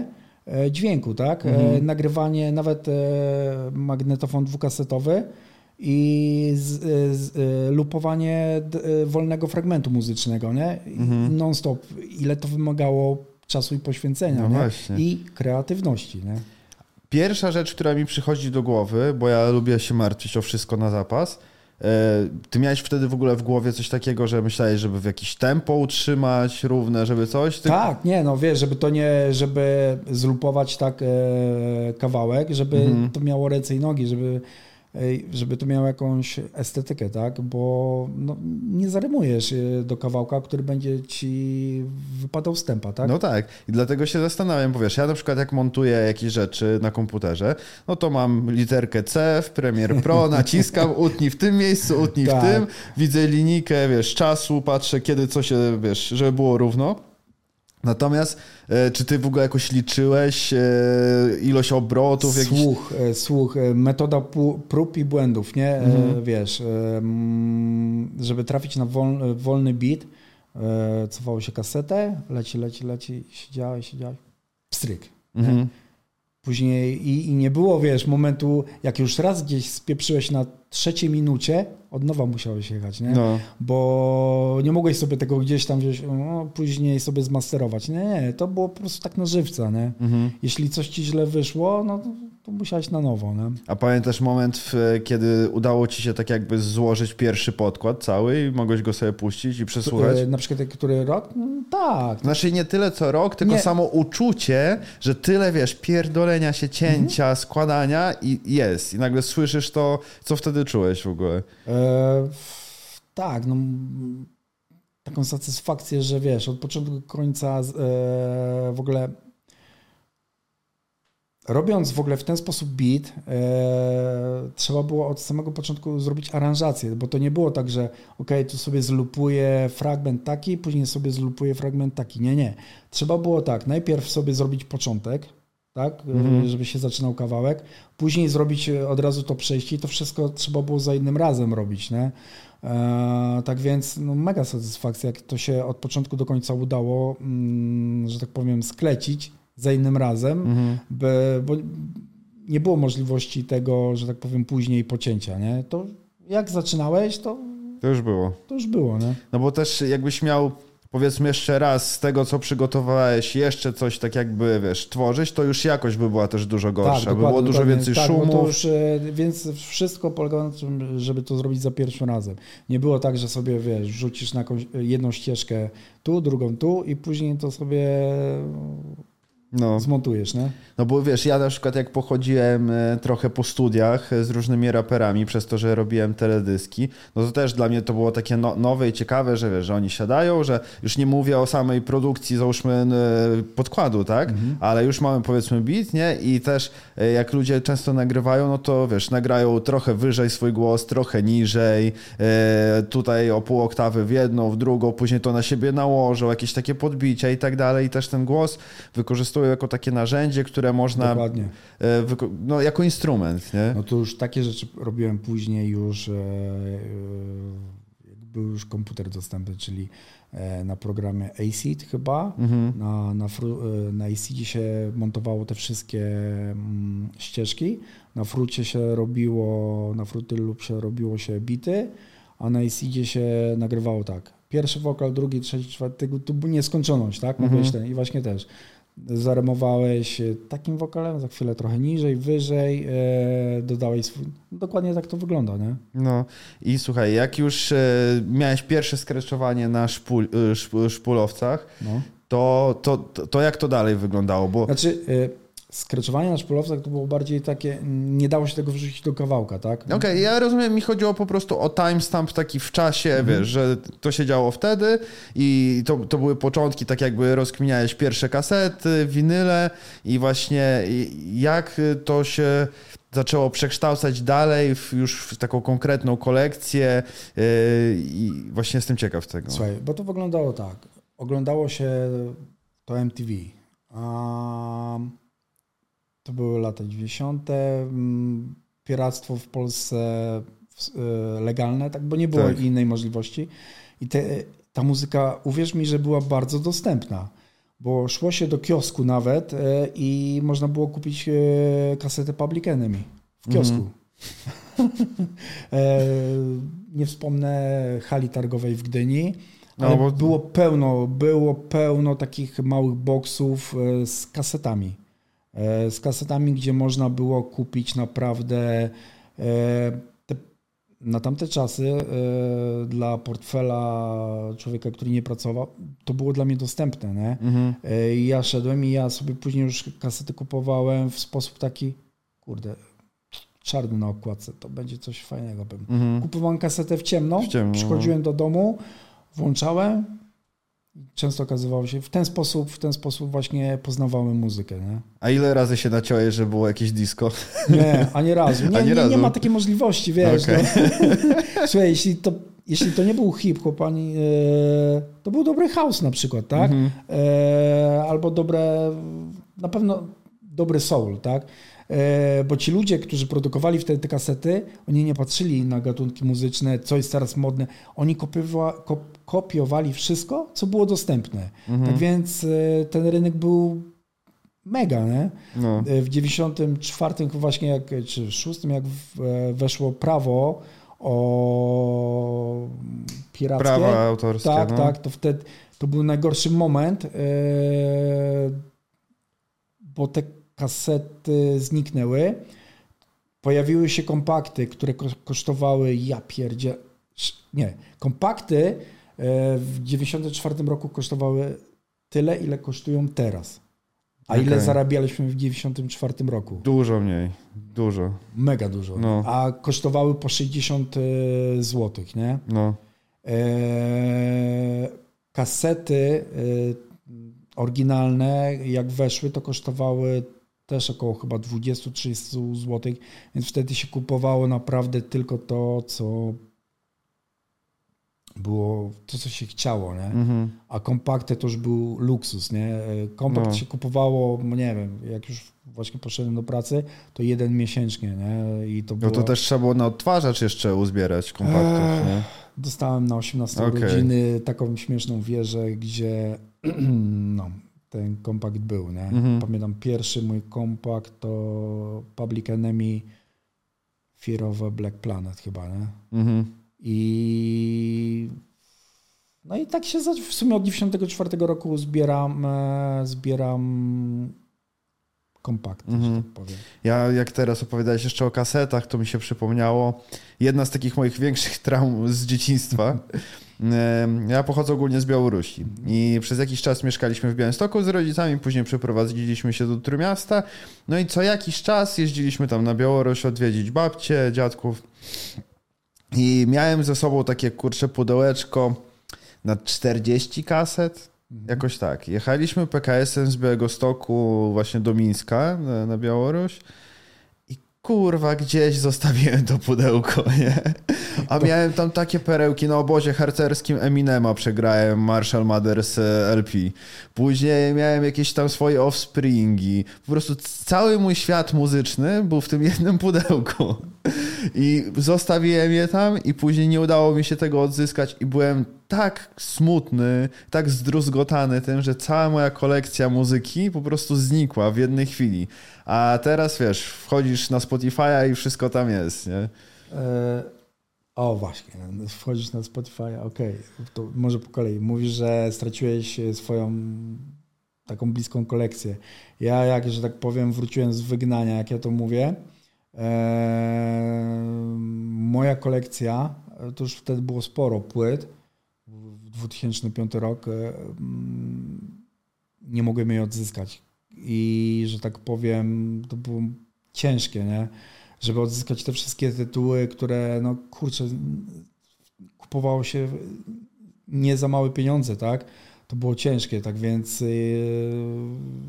dźwięku, tak? Mhm. Nagrywanie, nawet magnetofon dwukasetowy i z, z, lupowanie wolnego fragmentu muzycznego, nie? Mhm. Non-stop. Ile to wymagało czasu i poświęcenia, no nie? I kreatywności, nie? Pierwsza rzecz, która mi przychodzi do głowy, bo ja lubię się martwić o wszystko na zapas. Ty miałeś wtedy w ogóle w głowie coś takiego, że myślałeś, żeby w jakieś tempo utrzymać równe, żeby coś? Ty... Tak, nie, no wiesz, żeby to nie, żeby zlupować tak e, kawałek, żeby mhm. to miało ręce i nogi, żeby żeby to miało jakąś estetykę, tak? Bo no, nie zarymujesz do kawałka, który będzie ci wypadał z tempa, tak? No tak. I dlatego się zastanawiam, bo wiesz, ja na przykład jak montuję jakieś rzeczy na komputerze, no to mam literkę C w Premiere Pro, naciskam, utnij w tym miejscu, utnij tak. w tym, widzę linijkę, wiesz, czasu, patrzę kiedy co się, wiesz, żeby było równo. Natomiast e, czy ty w ogóle jakoś liczyłeś e, ilość obrotów? Słuch, jakiś... słuch, metoda prób i błędów, nie? Mhm. E, wiesz, e, żeby trafić na wolny, wolny beat, e, cofało się kasetę, leci, leci, leci, siedziałeś, siedziałeś, pstryk. Mhm. Później i, i nie było, wiesz, momentu, jak już raz gdzieś spieprzyłeś na trzeciej minucie, od nowa musiałeś jechać, nie? No. Bo nie mogłeś sobie tego gdzieś tam wziąć, no, później sobie zmasterować. Nie, nie, to było po prostu tak na żywca, nie? Mhm. Jeśli coś ci źle wyszło, no to, to musiałeś na nowo, nie? A pamiętasz moment, kiedy udało ci się tak jakby złożyć pierwszy podkład cały i mogłeś go sobie puścić i przesłuchać? Na przykład który rok? No, tak. Znaczy nie tyle co rok, tylko nie. samo uczucie, że tyle, wiesz, pierdolenia się, cięcia, mhm. składania i jest. I nagle słyszysz to, co wtedy czułeś w ogóle? E, tak, no taką satysfakcję, że wiesz, od początku do końca e, w ogóle robiąc w ogóle w ten sposób beat, e, trzeba było od samego początku zrobić aranżację, bo to nie było tak, że ok, tu sobie zlupuję fragment taki, później sobie zlupuję fragment taki. Nie, nie. Trzeba było tak, najpierw sobie zrobić początek, tak, mhm. żeby się zaczynał kawałek, później zrobić od razu to przejście i to wszystko trzeba było za jednym razem robić, nie? E, tak więc no, mega satysfakcja, jak to się od początku do końca udało, mm, że tak powiem, sklecić za innym razem, mhm. by, bo nie było możliwości tego, że tak powiem, później pocięcia, nie? To jak zaczynałeś, to... To już było. To już było, nie? No bo też jakbyś miał... Powiedzmy jeszcze raz, z tego co przygotowałeś, jeszcze coś tak jakby, wiesz, tworzyć, to już jakość by była też dużo gorsza, tak, by było dużo więcej tak, szumów. To już, więc wszystko polegało na tym, żeby to zrobić za pierwszym razem. Nie było tak, że sobie, wiesz, rzucisz na jakąś jedną ścieżkę tu, drugą tu i później to sobie no. zmontujesz, nie? No bo wiesz, ja na przykład jak pochodziłem trochę po studiach z różnymi raperami, przez to, że robiłem teledyski, no to też dla mnie to było takie no, nowe i ciekawe, że wiesz, że oni siadają, że już nie mówię o samej produkcji, załóżmy podkładu, tak? Mhm. Ale już mamy powiedzmy beat, nie? I też jak ludzie często nagrywają, no to wiesz, nagrają trochę wyżej swój głos, trochę niżej, tutaj o pół oktawy w jedną, w drugą, później to na siebie nałożą, jakieś takie podbicia i tak dalej i też ten głos wykorzystują jako takie narzędzie, które można... Dokładnie. No, jako instrument, nie? No to już takie rzeczy robiłem później już, jak był już komputer dostępny, czyli na programie Acid chyba. Mhm. Na, na, na Acidzie się montowało te wszystkie ścieżki. Na Frucie się robiło, na Fruity Loop się robiło się bity, a na Acidzie się nagrywało tak. Pierwszy wokal, drugi, trzeci, czwarty, to była nieskończoność, tak? Mhm. Ten, i właśnie też. Zarymowałeś takim wokalem, za chwilę trochę niżej, wyżej, e, dodałeś swój... Dokładnie tak to wygląda, nie? No i słuchaj, jak już e, miałeś pierwsze skreczowanie na szpul, szp, szpulowcach, no. to, to, to, to jak to dalej wyglądało? Bo... Znaczy... E, skreczowanie na szpulowcach to było bardziej takie, nie dało się tego wrzucić do kawałka, tak? Okej, okay, ja rozumiem, mi chodziło po prostu o timestamp taki w czasie, mm-hmm. wiesz, że to się działo wtedy i to, to były początki, tak jakby rozkminiałeś pierwsze kasety, winyle i właśnie jak to się zaczęło przekształcać dalej w już w taką konkretną kolekcję yy, i właśnie jestem ciekaw tego. Słuchaj, bo to wyglądało tak, oglądało się to M T V, um, to były lata dziewięćdziesiąte. Piractwo w Polsce legalne, tak, bo nie było tak. innej możliwości. I te, ta muzyka, uwierz mi, że była bardzo dostępna, bo szło się do kiosku nawet e, i można było kupić e, kasetę Public Enemy w kiosku. Mm-hmm. e, nie wspomnę hali targowej w Gdyni, ale no, bo... było pełno, było pełno takich małych boksów e, z kasetami. E, z kasetami, gdzie można było kupić naprawdę e, te, na tamte czasy e, dla portfela człowieka, który nie pracował, to było dla mnie dostępne. Nie? Mhm. E, ja szedłem i ja sobie później już kasety kupowałem w sposób taki, kurde, czarny na okładce, to będzie coś fajnego pewnie. Mhm. Kupowałem kasetę w ciemno, w ciemno, przychodziłem do domu, włączałem. Często okazywało się, w ten sposób, w ten sposób właśnie poznawałem muzykę. Nie? A ile razy się naciąłeś, że było jakieś disco? Nie, ani razu. Nie, ani nie, razu. nie ma takiej możliwości, wiesz. Okay. No. Słuchaj, jeśli to, jeśli to nie był hip-hop, ani, e, to był dobry house na przykład, tak? Mm-hmm. E, albo dobre, na pewno dobry soul, tak? E, bo ci ludzie, którzy produkowali wtedy te kasety, oni nie patrzyli na gatunki muzyczne, co jest teraz modne. Oni kopiowa, kop, kopiowali wszystko, co było dostępne. Mhm. Tak więc e, ten rynek był mega, nie? No. E, w dziewięćdziesiątym czwartym właśnie, jak, czy w szóstym, jak w, e, weszło prawo o pirackie. Prawa autorskie. Tak, no. tak. To wtedy to był najgorszy moment, e, bo te kasety zniknęły, pojawiły się kompakty, które kosztowały, ja pierdzie, nie, kompakty w dziewięćdziesiątym czwartym roku kosztowały tyle, ile kosztują teraz. A okay. ile zarabialiśmy w dziewięćdziesiątym czwartym roku? Dużo mniej, dużo. Mega dużo. No. A kosztowały po sześćdziesiąt złotych, nie? No. E, kasety oryginalne, jak weszły, to kosztowały też około chyba dwadzieścia do trzydziestu złotych, więc wtedy się kupowało naprawdę tylko to, co było, to co się chciało, nie? Mm-hmm. A kompakty to już był luksus, nie? Kompakt no. się kupowało, nie wiem, jak już właśnie poszedłem do pracy, to jeden miesięcznie, nie? I to było... No to też trzeba było na odtwarzacz jeszcze uzbierać kompaktów, eee, nie? Dostałem na osiemnaste okay. urodziny taką śmieszną wieżę, gdzie no, ten kompakt był, nie? Mm-hmm. Pamiętam pierwszy mój kompakt to Public Enemy Fear of a Black Planet chyba, nie? Mm-hmm. I no i tak się w sumie od dziewięćdziesiątego czwartego roku zbieram zbieram kompakty, mm-hmm. że tak powiem. Ja jak teraz opowiadałeś jeszcze o kasetach, to mi się przypomniało jedna z takich moich większych traum z dzieciństwa. Ja pochodzę ogólnie z Białorusi i przez jakiś czas mieszkaliśmy w Białymstoku z rodzicami, później przeprowadziliśmy się do Trójmiasta, no i co jakiś czas jeździliśmy tam na Białoruś odwiedzić babcie, dziadków i miałem ze sobą takie kurcze pudełeczko na czterdzieści kaset, jakoś tak. Jechaliśmy P K S-em z Białegostoku właśnie do Mińska na, na Białoruś. Kurwa, gdzieś zostawiłem to pudełko, nie? A miałem tam takie perełki, na obozie harcerskim Eminema przegrałem Marshall Mathers L P. Później miałem jakieś tam swoje Offspringi. Po prostu cały mój świat muzyczny był w tym jednym pudełku. I zostawiłem je tam i później nie udało mi się tego odzyskać i byłem tak smutny, tak zdruzgotany tym, że cała moja kolekcja muzyki po prostu znikła w jednej chwili. A teraz, wiesz, wchodzisz na Spotify'a i wszystko tam jest, nie? E, o, właśnie, wchodzisz na Spotify'a, okej, okay. To może po kolei. Mówisz, że straciłeś swoją taką bliską kolekcję. Ja, jak, że tak powiem, wróciłem z wygnania, jak ja to mówię. E, moja kolekcja, to już wtedy było sporo płyt, w dwa tysiące piąty rok, nie mogłem jej odzyskać. I, że tak powiem, to było ciężkie, nie? Żeby odzyskać te wszystkie tytuły, które, no kurczę, kupowało się nie za małe pieniądze, tak? To było ciężkie, tak więc... Yy...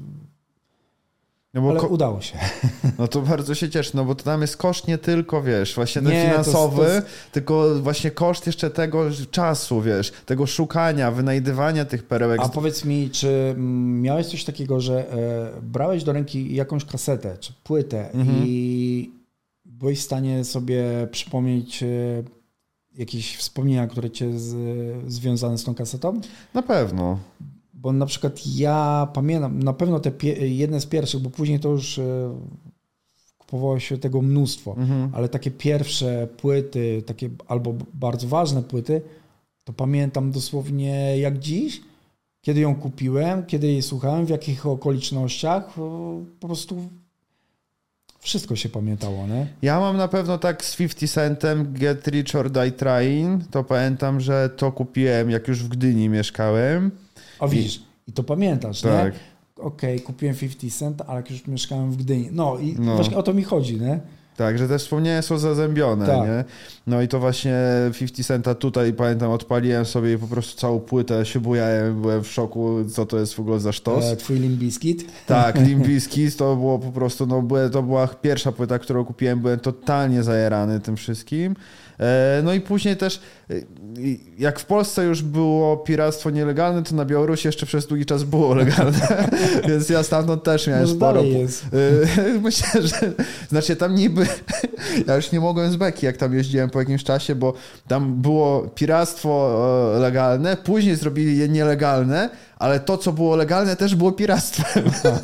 No bo ale ko- udało się. No to bardzo się cieszę, no bo to tam jest koszt nie tylko, wiesz, właśnie ten nie, finansowy, to, to... tylko właśnie koszt jeszcze tego czasu, wiesz, tego szukania, wynajdywania tych perełek. A powiedz mi, czy miałeś coś takiego, że e, brałeś do ręki jakąś kasetę, czy płytę mhm. i byłeś w stanie sobie przypomnieć e, jakieś wspomnienia, które cię z, związane z tą kasetą? Na pewno. bo na przykład ja pamiętam, na pewno te pie, jedne z pierwszych, bo później to już e, kupowało się tego mnóstwo, mhm. ale takie pierwsze płyty, takie albo bardzo ważne płyty, to pamiętam dosłownie jak dziś, kiedy ją kupiłem, kiedy jej słuchałem, w jakich okolicznościach, po prostu wszystko się pamiętało, nie? Ja mam na pewno tak z fifty Centem Get Rich or Die Trying, to pamiętam, że to kupiłem jak już w Gdyni mieszkałem. A widzisz, i, i to pamiętasz, tak. nie? Okej, okay, kupiłem fifty Cent, ale jak już mieszkałem w Gdyni. No i no. właśnie o to mi chodzi, nie? Tak, że te wspomnienia są zazębione, tak. nie? No i to właśnie fifty Centa tutaj, pamiętam, odpaliłem sobie i po prostu całą płytę się bujałem, byłem w szoku, co to jest w ogóle za sztos. E, twój Limp Bizkit? Tak, Limp Bizkit to było po prostu, no to była pierwsza płyta, którą kupiłem, byłem totalnie zajarany tym wszystkim. No i później też, jak w Polsce już było piractwo nielegalne, to na Białorusi jeszcze przez długi czas było legalne, więc ja stamtąd też miałem Może sporo. Jest. Myślę, że znaczy tam niby, ja już nie mogłem z beki, jak tam jeździłem po jakimś czasie, bo tam było piractwo legalne, później zrobili je nielegalne, ale to, co było legalne, też było piractwem.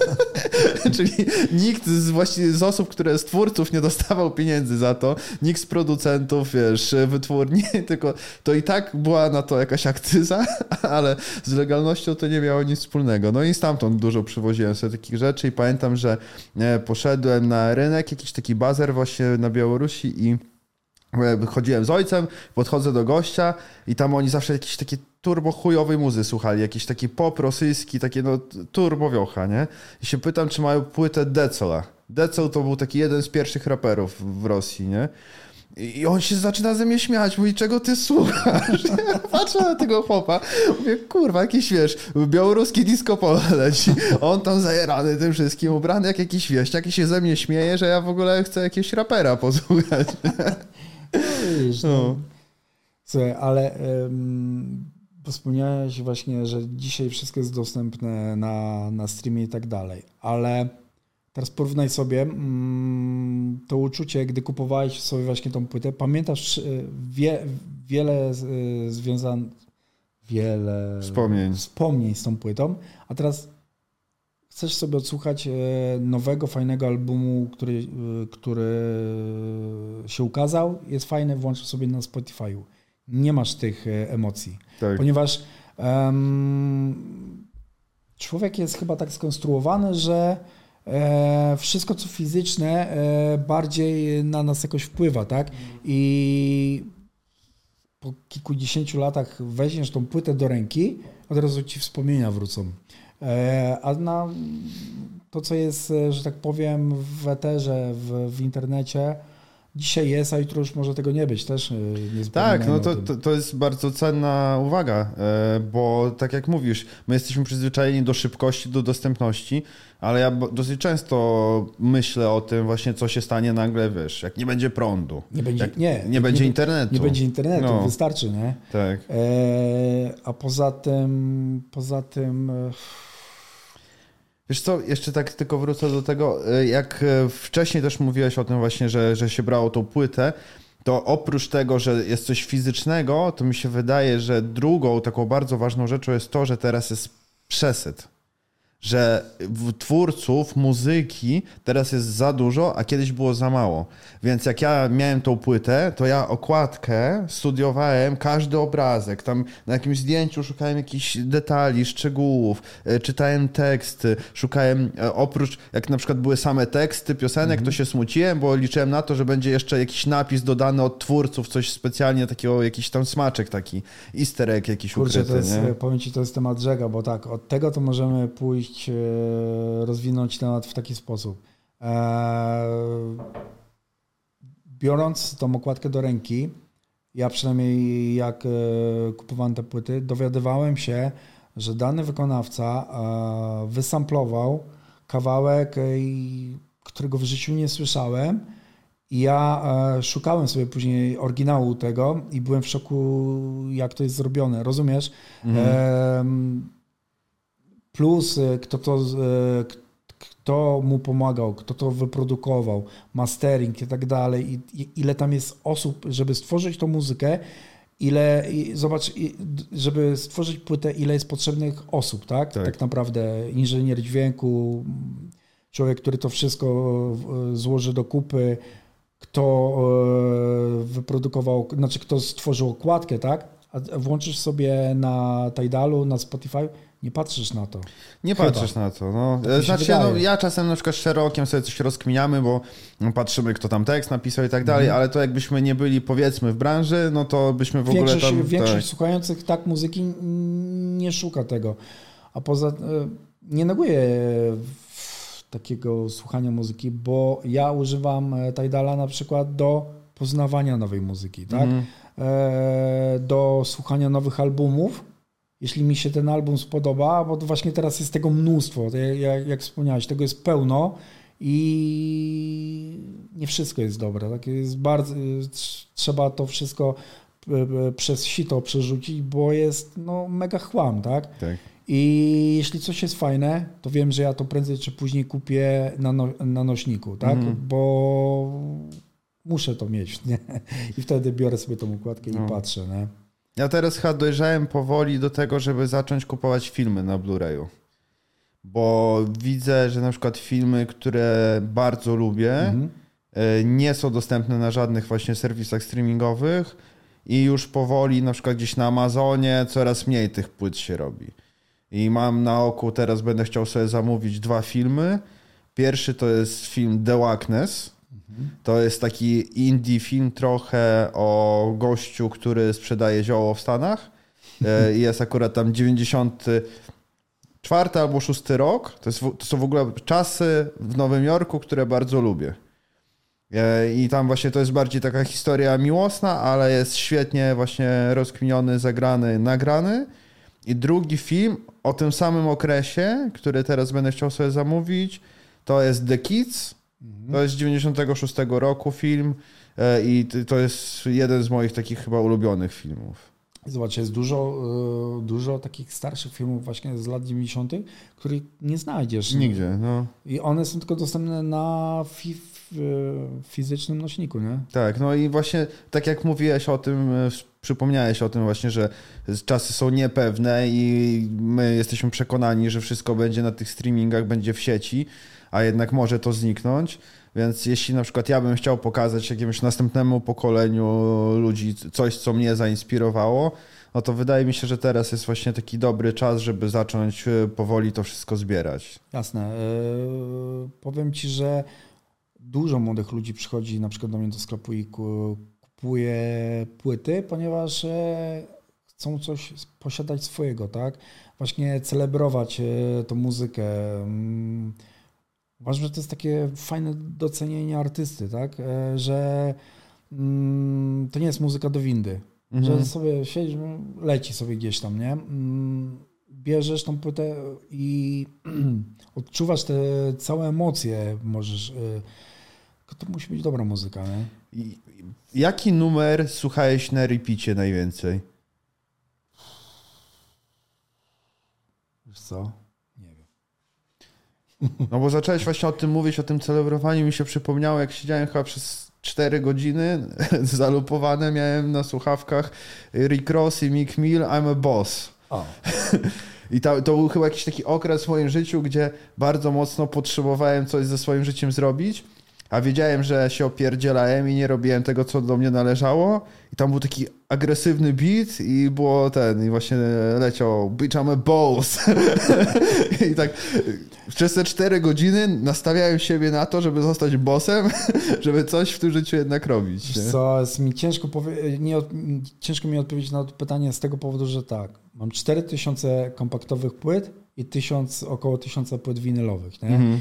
Czyli nikt z, właściwie z osób, które z twórców nie dostawał pieniędzy za to, nikt z producentów, wiesz, wytwórni, tylko to i tak była na to jakaś akcyza, ale z legalnością to nie miało nic wspólnego. No i stamtąd dużo przywoziłem sobie takich rzeczy i pamiętam, że poszedłem na rynek, jakiś taki bazar właśnie na Białorusi i chodziłem z ojcem, podchodzę do gościa i tam oni zawsze jakieś takie turbo chujowej muzy słuchali, jakiś taki pop rosyjski, takie no turbo wiocha, nie? I się pytam, czy mają płytę Decola. Decol to był taki jeden z pierwszych raperów w Rosji, nie? I on się zaczyna ze mnie śmiać, mówi, czego ty słuchasz? Ja patrzę na tego chłopa, mówię, kurwa, jakiś, wiesz, białoruski disco polo leci. On tam zajerany tym wszystkim, ubrany jak jakiś wieśniak i się ze mnie śmieje, że ja w ogóle chcę jakiegoś rapera posłuchać. No wiesz, no. Słuchaj, ale um, wspomniałeś właśnie, że dzisiaj wszystko jest dostępne na, na streamie i tak dalej, ale teraz porównaj sobie um, to uczucie, gdy kupowałeś sobie właśnie tą płytę. Pamiętasz wie, wiele związanych, wiele wspomnień. wspomnień z tą płytą, a teraz chcesz sobie odsłuchać nowego, fajnego albumu, który, który się ukazał, jest fajny, włącz sobie na Spotify'u. Nie masz tych emocji, tak. Ponieważ um, człowiek jest chyba tak skonstruowany, że e, wszystko co fizyczne e, bardziej na nas jakoś wpływa, tak? I po kilkudziesięciu latach weźmiesz tą płytę do ręki, od razu ci wspomnienia wrócą. E, a na to, co jest, że tak powiem, w eterze, w, w internecie, dzisiaj jest, a jutro już może tego nie być, też nie Tak, no to, to, to jest bardzo cenna uwaga, bo tak jak mówisz, my jesteśmy przyzwyczajeni do szybkości, do dostępności, ale ja dosyć często myślę o tym właśnie, co się stanie nagle, wiesz, jak nie będzie prądu, nie będzie, jak nie, nie będzie nie, internetu. Nie będzie internetu, no. Wystarczy, nie? Tak. E, a poza tym, poza tym... Wiesz co, jeszcze tak tylko wrócę do tego, jak wcześniej też mówiłeś o tym właśnie, że, że się brało tą płytę, to oprócz tego, że jest coś fizycznego, to mi się wydaje, że drugą taką bardzo ważną rzeczą jest to, że teraz jest przesyt. Że twórców muzyki teraz jest za dużo, a kiedyś było za mało. Więc jak ja miałem tą płytę, to ja okładkę studiowałem, każdy obrazek. Tam na jakimś zdjęciu szukałem jakichś detali, szczegółów, czytałem teksty, szukałem, oprócz jak na przykład były same teksty piosenek, mm-hmm. to się smuciłem, bo liczyłem na to, że będzie jeszcze jakiś napis dodany od twórców, coś specjalnie takiego, jakiś tam smaczek taki, easter egg jakiś Kurczę, ukryty. To jest, nie? powiem ci, to jest temat rzeka, bo tak, od tego to możemy pójść rozwinąć temat w taki sposób. Biorąc tą okładkę do ręki, ja przynajmniej jak kupowałem te płyty, dowiadywałem się, że dany wykonawca wysamplował kawałek, którego w życiu nie słyszałem, i ja szukałem sobie później oryginału tego i byłem w szoku, jak to jest zrobione. Rozumiesz? Mhm. Plus kto, to, kto mu pomagał, kto to wyprodukował, mastering i tak dalej. I ile tam jest osób, żeby stworzyć tą muzykę ile, i zobacz, i, żeby stworzyć płytę, ile jest potrzebnych osób, tak? Tak. Tak naprawdę inżynier dźwięku, człowiek, który to wszystko złoży do kupy, kto wyprodukował, znaczy kto stworzył okładkę, tak? A włączysz sobie na Tidalu, na Spotify, nie patrzysz na to. Nie Chyba. patrzysz na to. No. Tak Znaczy, no, ja czasem na przykład szerokiem sobie coś rozkminiamy, bo patrzymy, kto tam tekst napisał i tak dalej, mm. ale to jakbyśmy nie byli, powiedzmy, w branży, no to byśmy w większość, ogóle tam... Większość tak. słuchających tak muzyki nie szuka tego. A poza... Nie neguję takiego słuchania muzyki, bo ja używam Tidala na przykład do poznawania nowej muzyki, tak? Mm. Do słuchania nowych albumów. Jeśli mi się ten album spodoba, bo to właśnie teraz jest tego mnóstwo, jak, jak wspomniałeś, tego jest pełno i nie wszystko jest dobre. Tak? Jest bardzo, trzeba to wszystko przez sito przerzucić, bo jest no, mega chłam, tak? Tak. I jeśli coś jest fajne, to wiem, że ja to prędzej czy później kupię na, no, na nośniku, tak? Mm. Bo muszę to mieć, nie? I wtedy biorę sobie tą układkę no. i patrzę, nie? Ja teraz chyba dojrzałem powoli do tego, żeby zacząć kupować filmy na Blu-rayu. Bo widzę, że na przykład filmy, które bardzo lubię, mhm. nie są dostępne na żadnych właśnie serwisach streamingowych i już powoli na przykład gdzieś na Amazonie coraz mniej tych płyt się robi. I mam na oku, teraz będę chciał sobie zamówić dwa filmy. Pierwszy to jest film The Wackness. To jest taki indie film trochę o gościu, który sprzedaje zioło w Stanach. Jest akurat tam dziewięćdziesiąty czwarty albo szósty rok. To, jest, to są w ogóle czasy w Nowym Jorku, które bardzo lubię. I tam właśnie to jest bardziej taka historia miłosna, ale jest świetnie właśnie rozkminiony, zagrany, nagrany. I drugi film o tym samym okresie, który teraz będę chciał sobie zamówić, to jest The Kids. To jest z dziewięćdziesiątego szóstego roku film i to jest jeden z moich takich chyba ulubionych filmów. Zobacz, jest dużo, dużo takich starszych filmów właśnie z lat dziewięćdziesiątych, których nie znajdziesz. Nigdzie, no. I one są tylko dostępne na fi fizycznym nośniku, nie? Tak, no i właśnie tak jak mówiłeś o tym, przypomniałeś o tym właśnie, że czasy są niepewne i my jesteśmy przekonani, że wszystko będzie na tych streamingach, będzie w sieci, a jednak może to zniknąć. Więc jeśli na przykład ja bym chciał pokazać jakiemuś następnemu pokoleniu ludzi coś, co mnie zainspirowało, no to wydaje mi się, że teraz jest właśnie taki dobry czas, żeby zacząć powoli to wszystko zbierać. Jasne. Yy, powiem Ci, że dużo młodych ludzi przychodzi na przykład do mnie do sklepu i kupuje płyty, ponieważ chcą coś posiadać swojego, tak? Właśnie celebrować tą muzykę. Uważam, że to jest takie fajne docenienie artysty, tak? Że mm, to nie jest muzyka do windy. Mhm. Że sobie siedzisz, leci sobie gdzieś tam, nie? Bierzesz tą płytę i odczuwasz te całe emocje, możesz. To musi być dobra muzyka, nie? I jaki numer słuchałeś na repeacie najwięcej? Wiesz co? No bo zacząłeś właśnie o tym mówić, o tym celebrowaniu. Mi się przypomniało, jak siedziałem chyba przez cztery godziny zalupowane, miałem na słuchawkach Rick Ross i Meek Mill, I'm a Boss. Oh. I to, to był chyba jakiś taki okres w moim życiu, gdzie bardzo mocno potrzebowałem coś ze swoim życiem zrobić, a wiedziałem, że się opierdzielałem i nie robiłem tego, co do mnie należało. I tam był taki agresywny beat i było ten, i właśnie leciał Bitch, I'm a Boss. I tak przez te cztery godziny nastawiałem siebie na to, żeby zostać bossem, żeby coś w tym życiu jednak robić. Nie? Co, jest mi ciężko, powie- nie, ciężko mi odpowiedzieć na to pytanie z tego powodu, że tak, mam cztery tysiące kompaktowych płyt i tysiąc, około tysiąca płyt winylowych. Nie? Mhm.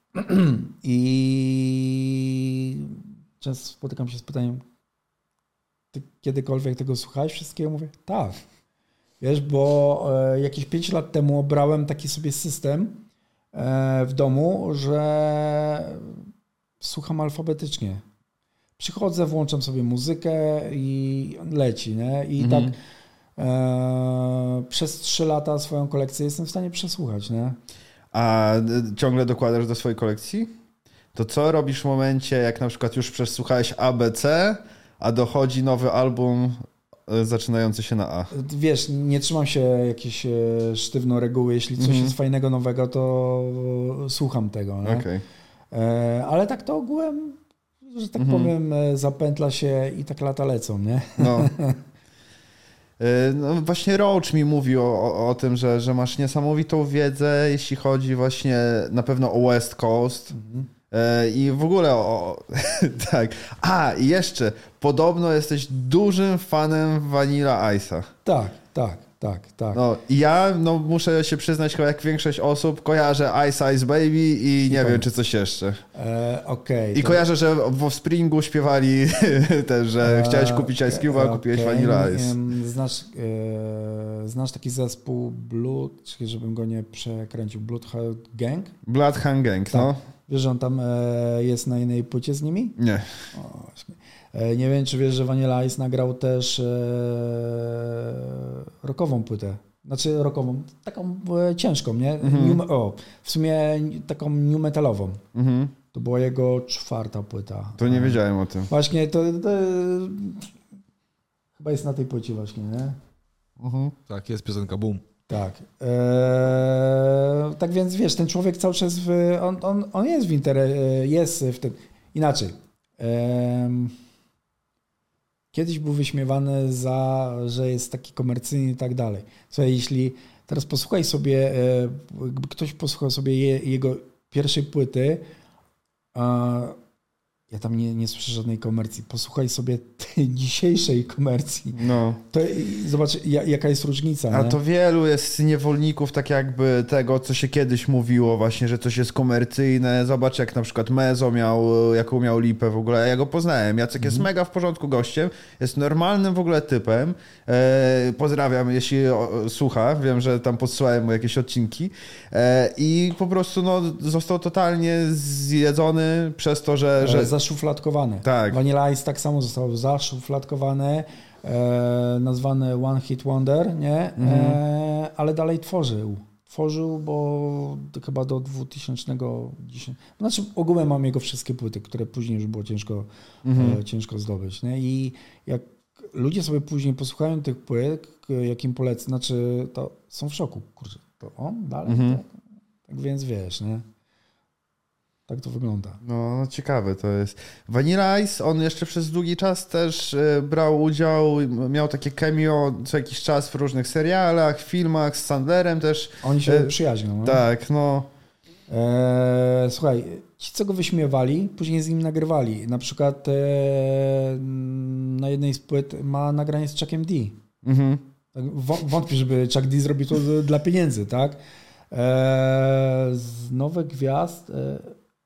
I często spotykam się z pytaniem, ty kiedykolwiek tego słuchałeś wszystkiego? Mówię, tak. Wiesz, bo e, jakieś pięć lat temu obrałem taki sobie system e, w domu, że słucham alfabetycznie. Przychodzę, włączam sobie muzykę i leci, nie? I mhm. tak e, przez trzy lata swoją kolekcję jestem w stanie przesłuchać, nie? A ciągle dokładasz do swojej kolekcji? To co robisz w momencie, jak na przykład już przesłuchałeś A B C, a dochodzi nowy album e, zaczynający się na A. Wiesz, nie trzymam się jakiejś e, sztywno reguły. Jeśli coś Mhm. jest fajnego, nowego, to e, słucham tego. Nie? Okej. E, ale tak to ogółem, że tak Mhm. powiem, e, zapętla się i tak lata lecą, nie? No. E, No właśnie Roach mi mówił o, o, o tym, że, że masz niesamowitą wiedzę, jeśli chodzi właśnie na pewno o West Coast. Mhm. E, I w ogóle o... tak. A, i jeszcze, podobno jesteś dużym fanem Vanilla Ice'a. Tak, tak, tak, tak. No, i ja no, muszę się przyznać, chyba jak większość osób, kojarzę Ice Ice Baby i nie Super. wiem, czy coś jeszcze. E, Okej. I to- kojarzę, że w Offspringu śpiewali też, że E, chciałeś kupić Ice Cube, a okej, kupiłeś Vanilla Ice. em, Znasz, e, znasz taki zespół Blood, czekaj, żebym go nie przekręcił, Bloodhound Gang? Bloodhound Gang, Tak. no? Wiesz, że on tam e, jest na innej płycie z nimi? Nie. O, właśnie. E, nie wiem, czy wiesz, że Vanilla Ice nagrał też e, rockową płytę. Znaczy rockową, taką e, ciężką, nie? Mhm. New, o, w sumie taką new metalową. Mhm. To była jego czwarta płyta. To nie E, wiedziałem o tym. Właśnie, to, to chyba jest na tej płycie właśnie, nie? Mhm. Tak, jest piosenka Boom. Tak. Eee, tak więc wiesz, ten człowiek cały czas w, on, on, on jest w inter, jest w tym. Inaczej. Eee, kiedyś był wyśmiewany za, że jest taki komercyjny i tak dalej. Słuchaj, jeśli teraz posłuchaj sobie, e, jakby ktoś posłuchał sobie je, jego pierwszej płyty, a ja tam nie, nie słyszę żadnej komercji. Posłuchaj sobie tej dzisiejszej komercji. No. To i zobacz, ja, jaka jest różnica. A nie? to wielu jest niewolników tak jakby tego, co się kiedyś mówiło właśnie, że coś jest komercyjne. Zobacz, jak na przykład Mezo miał, jaką miał lipę w ogóle. Ja go poznałem. Jacek jest mega w porządku gościem. Jest normalnym w ogóle typem. E, pozdrawiam, jeśli o, słucha. Wiem, że tam podsyłałem mu jakieś odcinki. E, I po prostu no, został totalnie zjedzony przez to, że... że... Zaszufladkowane. Tak. Vanilla Ice tak samo zostało zaszufladkowane, e, nazwane One Hit Wonder, nie? Mhm. E, ale dalej tworzył. Tworzył, bo chyba do dwutysięcznego dziesiątego. Znaczy ogółem mam jego wszystkie płyty, które później już było ciężko, Mhm. e, ciężko zdobyć. Nie? I jak ludzie sobie później posłuchają tych płyt, jakim polecę, znaczy to są w szoku. Kurczę, to on dalej? Mhm. Tak? Tak więc wiesz, nie? Tak to wygląda. No, no ciekawe to jest. Vanilla Ice, on jeszcze przez długi czas też e, brał udział, miał takie cameo co jakiś czas w różnych serialach, filmach z Sandlerem też. Oni się E, przyjaźnią. No? Tak, no. Eee, słuchaj, ci co go wyśmiewali, później z nim nagrywali. Na przykład e, na jednej z płyt ma nagranie z Chuckiem D. Mhm. Tak, wą- wątpię, żeby Chuck D zrobił to d- dla pieniędzy, tak? Eee, z nowych gwiazd e,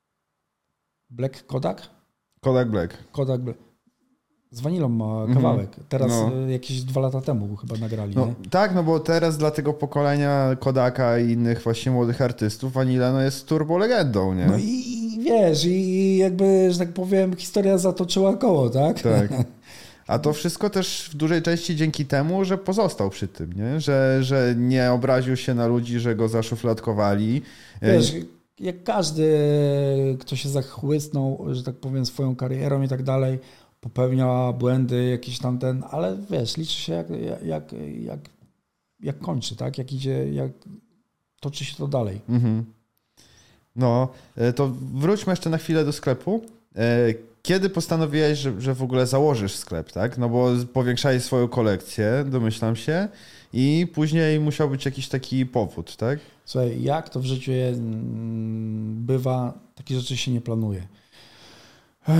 Black Kodak? Kodak Black. Kodak Black. Z Vanillą ma Mhm. kawałek. Teraz No. e, jakieś dwa lata temu chyba nagrali, No, nie? tak, no bo teraz dla tego pokolenia Kodaka i innych właśnie młodych artystów Vanilla no jest turbo legendą, nie? No i, i wiesz, i jakby, że tak powiem, historia zatoczyła koło, tak? Tak. A to wszystko też w dużej części dzięki temu, że pozostał przy tym, nie? Że, że nie obraził się na ludzi, że go zaszufladkowali. Wiesz, jak każdy, kto się zachłysnął, że tak powiem, swoją karierą i tak dalej, popełnia błędy jakieś tamten, ale wiesz, liczy się jak, jak, jak, jak kończy, tak? Jak idzie, jak toczy się to dalej. Mhm. No, e, to wróćmy jeszcze na chwilę do sklepu. E, Kiedy postanowiłeś, że, że w ogóle założysz sklep, tak? No bo powiększałeś swoją kolekcję, domyślam się, i później musiał być jakiś taki powód, tak? Słuchaj, jak to w życiu jest, mm, bywa, takie rzeczy się nie planuje. Eee,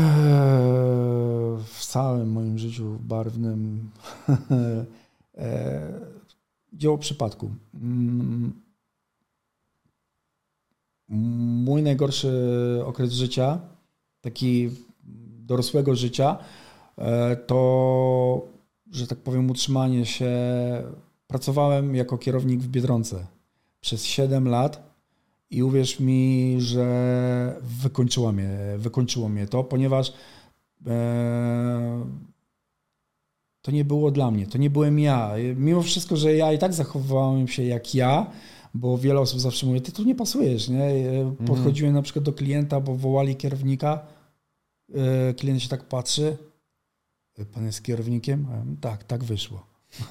W całym moim życiu barwnym eee, dzieło przypadku. Mm, Mój najgorszy okres życia, taki dorosłego życia, e, to, że tak powiem, utrzymanie się. Pracowałem jako kierownik w Biedronce przez siedem lat i uwierz mi, że wykończyło mnie, wykończyło mnie to, ponieważ e, to nie było dla mnie, to nie byłem ja. Mimo wszystko, że ja i tak zachowywałem się jak ja, bo wiele osób zawsze mówi, ty tu nie pasujesz, nie? Podchodziłem na przykład do klienta, bo wołali kierownika, klient się tak patrzy, pan jest kierownikiem? Ja mówię, tak, tak wyszło.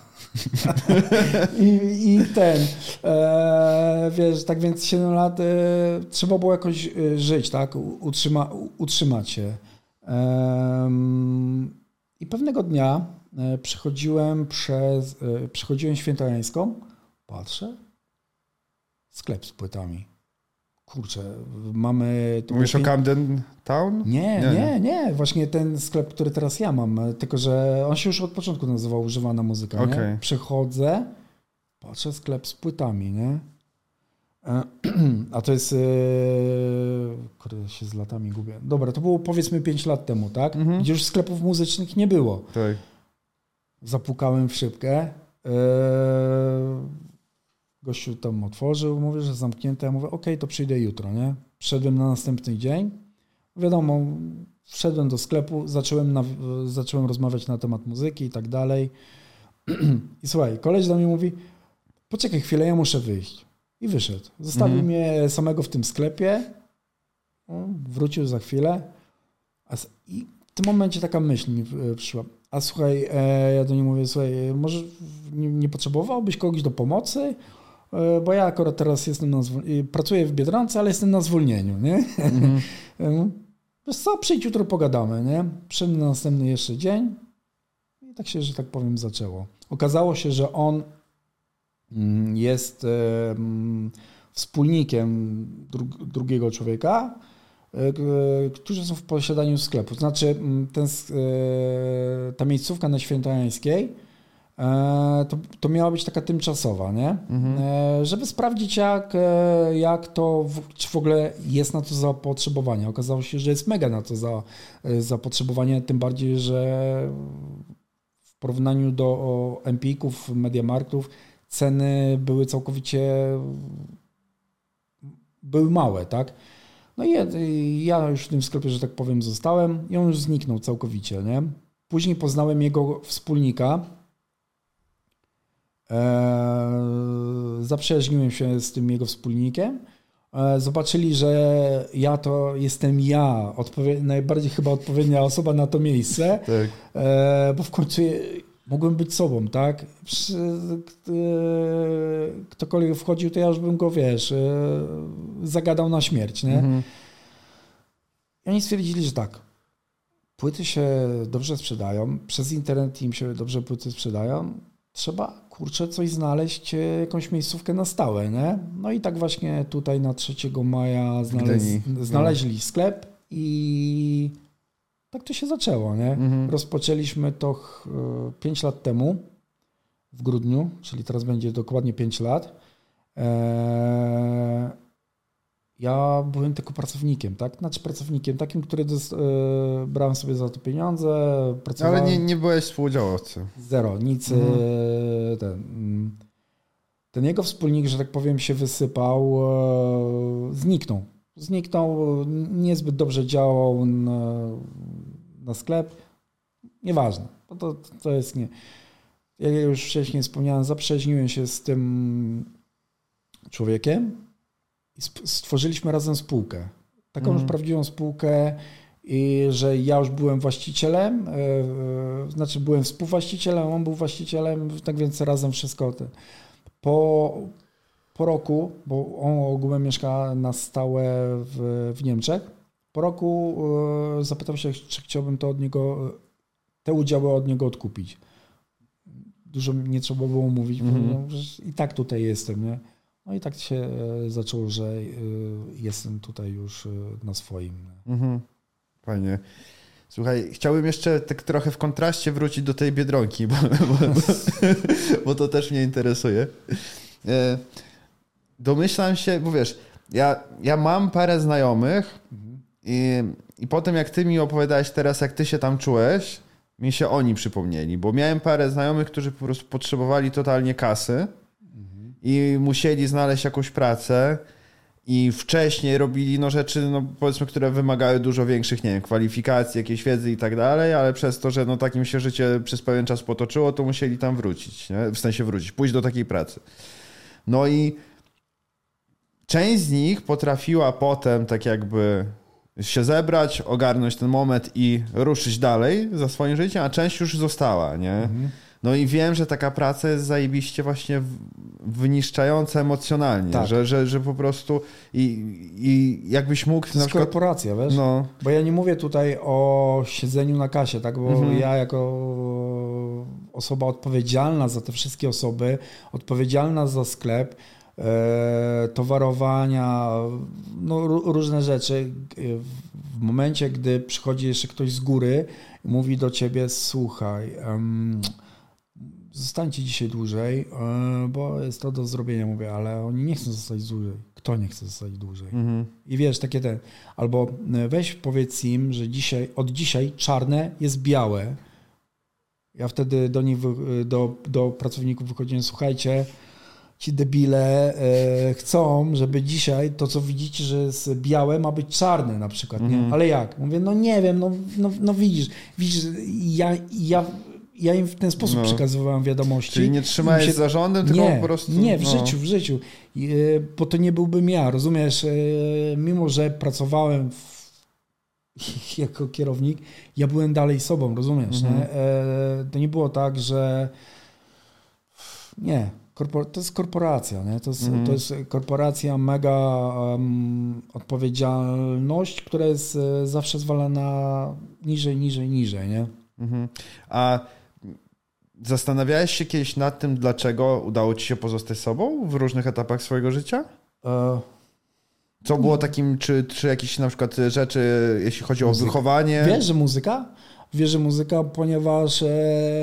I, I ten, e, wiesz, tak więc siedem lat e, trzeba było jakoś e, żyć, tak, Utrzyma, utrzymać się. E, I pewnego dnia e, przechodziłem przez, e, przechodziłem Świętojańską, patrzę, sklep z płytami. Kurczę, mamy... Mówisz o Camden Town? Nie, nie, nie, nie. Właśnie ten sklep, który teraz ja mam, tylko że on się już od początku nazywał Używana Muzyka. Okay. Nie? Przechodzę, patrzę, sklep z płytami, nie? A to jest... Kurde, się z latami gubię. Dobra, to było powiedzmy pięć lat temu, tak? Mhm. Gdzie już sklepów muzycznych nie było. Tak. Zapukałem w szybkę. Gościu tam otworzył, mówię, że zamknięte. Ja mówię, okej, okay, to przyjdę jutro, nie? Wszedłem na następny dzień. Wiadomo, wszedłem do sklepu, zacząłem, na, zacząłem rozmawiać na temat muzyki i tak dalej. I słuchaj, koleś do mnie mówi, poczekaj chwilę, ja muszę wyjść. I wyszedł. Zostawił mhm. mnie samego w tym sklepie. Wrócił za chwilę. I w tym momencie taka myśl mi przyszła. A słuchaj, ja do niej mówię, słuchaj, może nie, nie potrzebowałbyś kogoś do pomocy? Bo ja akurat teraz jestem na zwol- pracuję w Biedronce, ale jestem na zwolnieniu, nie? Mm-hmm. Wiesz co, przyjdź jutro pogadamy, nie? Przyszedł na następny jeszcze dzień i tak się, że tak powiem, zaczęło. Okazało się, że on jest wspólnikiem dru- drugiego człowieka, którzy są w posiadaniu sklepu. Znaczy ten, ta miejscówka na Świętojańskiej to, to miała być taka tymczasowa, nie? Mhm. Żeby sprawdzić jak, jak to, czy w ogóle jest na to zapotrzebowanie. Okazało się, że jest mega na to za, zapotrzebowanie, tym bardziej, że w porównaniu do Empików, Mediamarktów ceny były całkowicie były małe, tak? No i ja, ja już w tym sklepie, że tak powiem, zostałem i on już zniknął całkowicie, nie? Później poznałem jego wspólnika. Eee, zaprzyjaźniłem się z tym jego wspólnikiem. Eee, zobaczyli, że ja to jestem ja, odpowie- najbardziej chyba odpowiednia osoba na to miejsce, tak. eee, bo w końcu je, mogłem być sobą, tak? Ktokolwiek wchodził, to ja już bym go, wiesz, zagadał na śmierć, nie? Mhm. I oni stwierdzili, że tak, płyty się dobrze sprzedają, przez internet im się dobrze płyty sprzedają, trzeba, kurczę, coś znaleźć, jakąś miejscówkę na stałe, nie? No i tak właśnie tutaj na trzeciego maja znaleźli, znaleźli sklep i tak to się zaczęło, nie? Mhm. Rozpoczęliśmy to pięć lat temu, w grudniu, czyli teraz będzie dokładnie pięć lat. Eee, ja byłem tylko pracownikiem, tak? Znaczy pracownikiem takim, który dos- e, brałem sobie za to pieniądze, pracowałem... Ale nie, nie byłeś współdziałowcem. Zero, nic. Mhm. E, ten, ten jego wspólnik, że tak powiem, się wysypał, e, zniknął. Zniknął, niezbyt dobrze działał na, na sklep. Nieważne. To, to jest nie... Jak ja już wcześniej wspomniałem, zaprzyjaźniłem się z tym człowiekiem i stworzyliśmy razem spółkę. Taką mm. już prawdziwą spółkę, i że ja już byłem właścicielem, yy, znaczy byłem współwłaścicielem, on był właścicielem, tak więc razem wszystko. Te. Po, po roku, bo on ogółem mieszka na stałe w, w Niemczech, po roku yy, zapytał się, czy chciałbym to od niego, te udziały od niego odkupić. Dużo nie trzeba było mówić, mm-hmm. bo no, i tak tutaj jestem, nie? No i tak się zaczęło, że jestem tutaj już na swoim. Mm-hmm. Fajnie. Słuchaj, chciałbym jeszcze tak trochę w kontraście wrócić do tej Biedronki, bo, bo, bo, bo to też mnie interesuje. Domyślam się, bo wiesz, ja, ja mam parę znajomych mm-hmm. i, i potem jak ty mi opowiadałeś teraz, jak ty się tam czułeś, mi się oni przypomnieli, bo miałem parę znajomych, którzy po prostu potrzebowali totalnie kasy mhm. i musieli znaleźć jakąś pracę i wcześniej robili no, rzeczy, no, powiedzmy, które wymagały dużo większych, nie wiem, kwalifikacji, jakiejś wiedzy i tak dalej, ale przez to, że no, takim się życie przez pewien czas potoczyło, to musieli tam wrócić, nie? W sensie wrócić, pójść do takiej pracy. No i część z nich potrafiła potem tak jakby się zebrać, ogarnąć ten moment i ruszyć dalej za swoim życiem, a część już została, nie? Mhm. No i wiem, że taka praca jest zajebiście właśnie wyniszczająca emocjonalnie, tak. że, że, że po prostu i, i jakbyś mógł... To jest przykład, korporacja, wiesz? No. Bo ja nie mówię tutaj o siedzeniu na kasie, tak? Bo mhm. ja jako osoba odpowiedzialna za te wszystkie osoby, odpowiedzialna za sklep, e, towarowania, no różne rzeczy. W momencie, gdy przychodzi jeszcze ktoś z góry i mówi do ciebie, słuchaj... Um, zostańcie dzisiaj dłużej, bo jest to do zrobienia, mówię, ale oni nie chcą zostać dłużej. Kto nie chce zostać dłużej? Mhm. I wiesz, takie ten, albo weź powiedz im, że dzisiaj, od dzisiaj czarne jest białe. Ja wtedy do nich, do, do pracowników wychodziłem, słuchajcie, ci debile e, chcą, żeby dzisiaj to, co widzicie, że jest białe, ma być czarne na przykład, mhm. nie? Ale jak? Mówię, no nie wiem, no, no, no widzisz, widzisz, ja, ja Ja im w ten sposób no. przekazywałem wiadomości. Czyli nie trzymałeś się zarządem, tylko nie, po prostu... Nie, w no. życiu, w życiu. Bo to nie byłbym ja, rozumiesz? Mimo, że pracowałem w, jako kierownik, ja byłem dalej sobą, rozumiesz? Mhm. Nie? To nie było tak, że... Nie, to jest korporacja, nie? To, jest, mhm. to jest korporacja, mega um, odpowiedzialność, która jest zawsze zwalana niżej, niżej, niżej, nie? Mhm. A zastanawiałeś się kiedyś nad tym, dlaczego udało ci się pozostać sobą w różnych etapach swojego życia? E... Co było takim, czy, czy jakieś na przykład rzeczy, jeśli chodzi muzyka. O wychowanie? Wiesz, że muzyka? Wiesz, że muzyka, ponieważ e,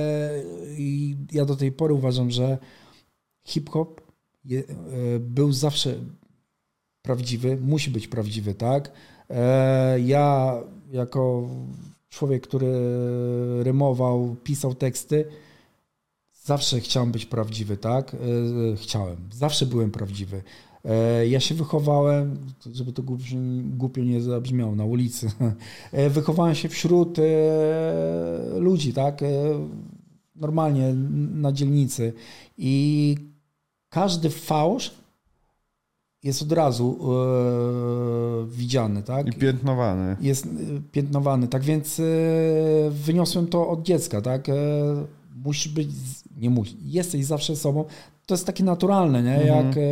ja do tej pory uważam, że hip-hop je, e, był zawsze prawdziwy, musi być prawdziwy, tak? E, ja jako człowiek, który rymował, pisał teksty, zawsze chciałem być prawdziwy, tak? Chciałem. Zawsze byłem prawdziwy. Ja się wychowałem, żeby to głupio nie zabrzmiało, na ulicy. Wychowałem się wśród ludzi, tak? Normalnie na dzielnicy. I każdy fałsz jest od razu e, widziany, tak? I piętnowany. Jest piętnowany, tak więc e, wyniosłem to od dziecka, tak? E, musisz być, nie musisz, jesteś zawsze sobą. To jest takie naturalne, nie? Mhm. Jak e,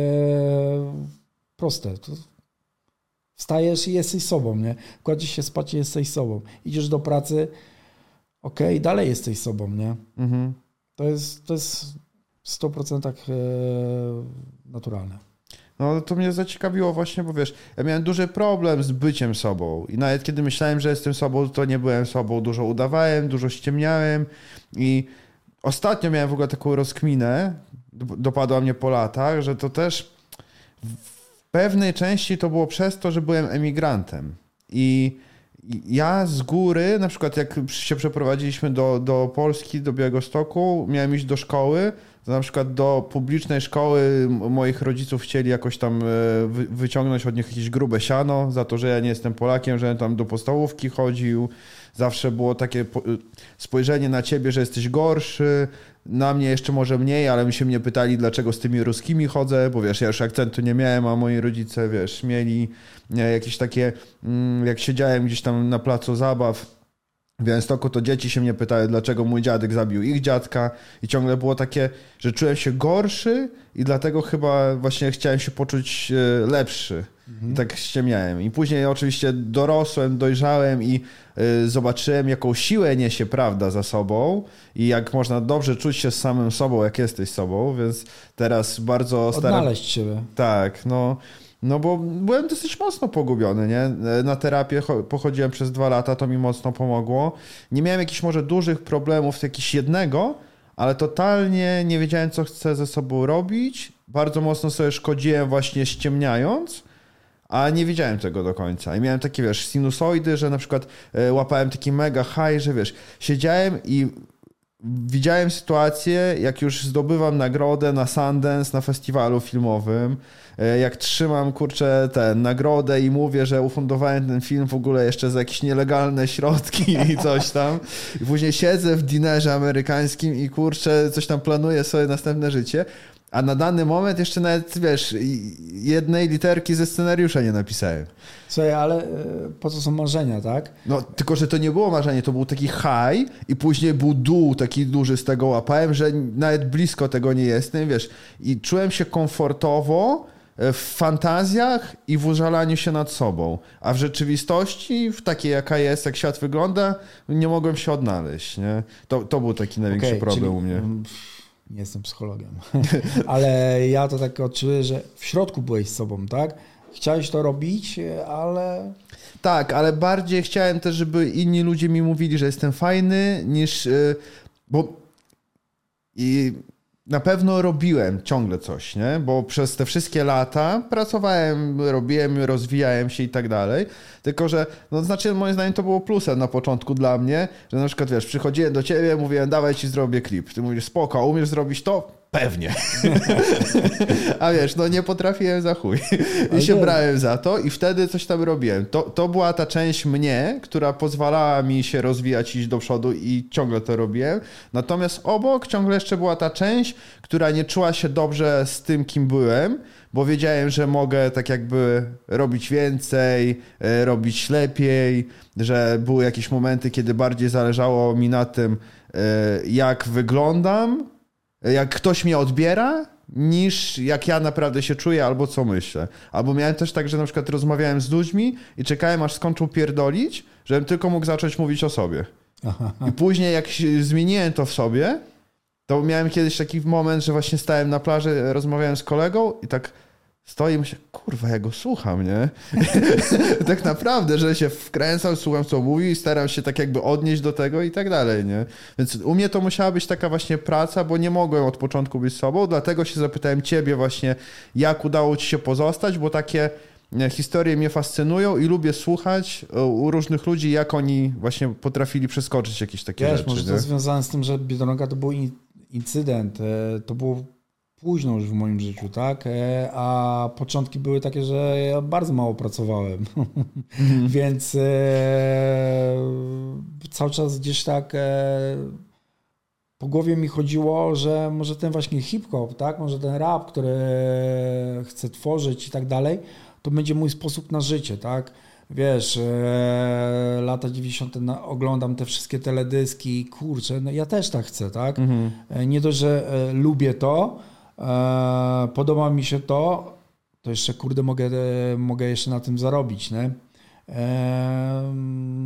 proste. To wstajesz i jesteś sobą, nie? Kładziesz się spać i jesteś sobą. Idziesz do pracy, okej, okay, dalej jesteś sobą, nie? Mhm. To jest, to jest w stu procentach e, naturalne. No to mnie zaciekawiło właśnie, bo wiesz, ja miałem duży problem z byciem sobą i nawet kiedy myślałem, że jestem sobą, to nie byłem sobą. Dużo udawałem, dużo ściemniałem i ostatnio miałem w ogóle taką rozkminę, dopadła mnie po latach, że to też w pewnej części to było przez to, że byłem emigrantem i ja z góry, na przykład jak się przeprowadziliśmy do, do Polski, do Białegostoku, miałem iść do szkoły, to na przykład do publicznej szkoły moich rodziców chcieli jakoś tam wy, wyciągnąć od nich jakieś grube siano za to, że ja nie jestem Polakiem, że tam do podstawówki chodził. Zawsze było takie spojrzenie na ciebie, że jesteś gorszy, na mnie jeszcze może mniej, ale mi się mnie pytali, dlaczego z tymi ruskimi chodzę, bo wiesz, ja już akcentu nie miałem, a moi rodzice, wiesz, mieli jakieś takie, jak siedziałem gdzieś tam na placu zabaw w Białymstoku, to dzieci się mnie pytały, dlaczego mój dziadek zabił ich dziadka i ciągle było takie, że czułem się gorszy i dlatego chyba właśnie chciałem się poczuć lepszy. Mhm. I tak ściemniałem. I później oczywiście dorosłem, dojrzałem i y, zobaczyłem, jaką siłę niesie prawda za sobą i jak można dobrze czuć się z samym sobą, jak jesteś sobą, więc teraz bardzo staram... Odnaleźć siebie. Tak, no... No bo byłem dosyć mocno pogubiony, nie? Na terapię pochodziłem przez dwa lata, to mi mocno pomogło. Nie miałem jakichś może dużych problemów, jakiś jednego, ale totalnie nie wiedziałem, co chcę ze sobą robić. Bardzo mocno sobie szkodziłem właśnie ściemniając, a nie wiedziałem tego do końca. I miałem takie, wiesz, sinusoidy, że na przykład łapałem taki mega high, że wiesz, siedziałem i widziałem sytuację, jak już zdobywam nagrodę na Sundance, na festiwalu filmowym, jak trzymam, kurczę, tę nagrodę i mówię, że ufundowałem ten film w ogóle jeszcze za jakieś nielegalne środki i coś tam. I później siedzę w dinerze amerykańskim i kurczę, coś tam planuję sobie następne życie. A na dany moment jeszcze nawet, wiesz, jednej literki ze scenariusza nie napisałem. Słuchaj, ale po co są marzenia, tak? No, tylko że to nie było marzenie, to był taki high i później był dół taki duży z tego łapałem, że nawet blisko tego nie jestem, wiesz. I czułem się komfortowo w fantazjach i w użalaniu się nad sobą. A w rzeczywistości, w takiej jaka jest, jak świat wygląda, nie mogłem się odnaleźć, nie? To, to był taki największy okay, problem czyli... u mnie. Nie jestem psychologiem, ale ja to tak odczuję, że w środku byłeś z sobą, tak? Chciałeś to robić, ale... Tak, ale bardziej chciałem też, żeby inni ludzie mi mówili, że jestem fajny, niż... Bo i na pewno robiłem ciągle coś, nie? Bo przez te wszystkie lata pracowałem, robiłem, rozwijałem się i tak dalej. Tylko, że no znaczy moim zdaniem to było plusem na początku dla mnie, że na przykład wiesz, przychodziłem do ciebie, mówiłem dawaj ci zrobię klip. Ty mówisz spoko, umiesz zrobić to? Pewnie. A wiesz, no nie potrafiłem za chuj. I się brałem za to i wtedy coś tam robiłem. To, to była ta część mnie, która pozwalała mi się rozwijać, iść do przodu i ciągle to robiłem. Natomiast obok ciągle jeszcze była ta część, która nie czuła się dobrze z tym, kim byłem, bo wiedziałem, że mogę tak jakby robić więcej, robić lepiej, że były jakieś momenty, kiedy bardziej zależało mi na tym, jak wyglądam, jak ktoś mnie odbiera, niż jak ja naprawdę się czuję albo co myślę. Albo miałem też tak, że na przykład rozmawiałem z ludźmi i czekałem, aż skończył pierdolić, żebym tylko mógł zacząć mówić o sobie. Aha. I później jak zmieniłem to w sobie, to miałem kiedyś taki moment, że właśnie stałem na plaży, rozmawiałem z kolegą i tak stoję i myślę, kurwa, ja go słucham, nie? Tak naprawdę, że się wkręcam, słucham, co mówi i staram się tak jakby odnieść do tego i tak dalej, nie? Więc u mnie to musiała być taka właśnie praca, bo nie mogłem od początku być sobą, dlatego się zapytałem ciebie właśnie, jak udało ci się pozostać, bo takie historie mnie fascynują i lubię słuchać u różnych ludzi, jak oni właśnie potrafili przeskoczyć jakieś takie Wiesz, rzeczy. Może nie? to związane z tym, że Biedronka to był incydent, to było późno już w moim życiu, tak? A początki były takie, że ja bardzo mało pracowałem. Mm. Więc e, cały czas gdzieś tak e, po głowie mi chodziło, że może ten właśnie hip-hop, tak? Może ten rap, który chcę tworzyć i tak dalej, to będzie mój sposób na życie, tak? Wiesz, e, lata dziewięćdziesiąte na, oglądam te wszystkie teledyski, kurczę, no ja też tak chcę, tak? Mm. E, nie dość, że e, lubię to, E, podoba mi się to, to jeszcze kurde mogę, mogę jeszcze na tym zarobić, nie? E,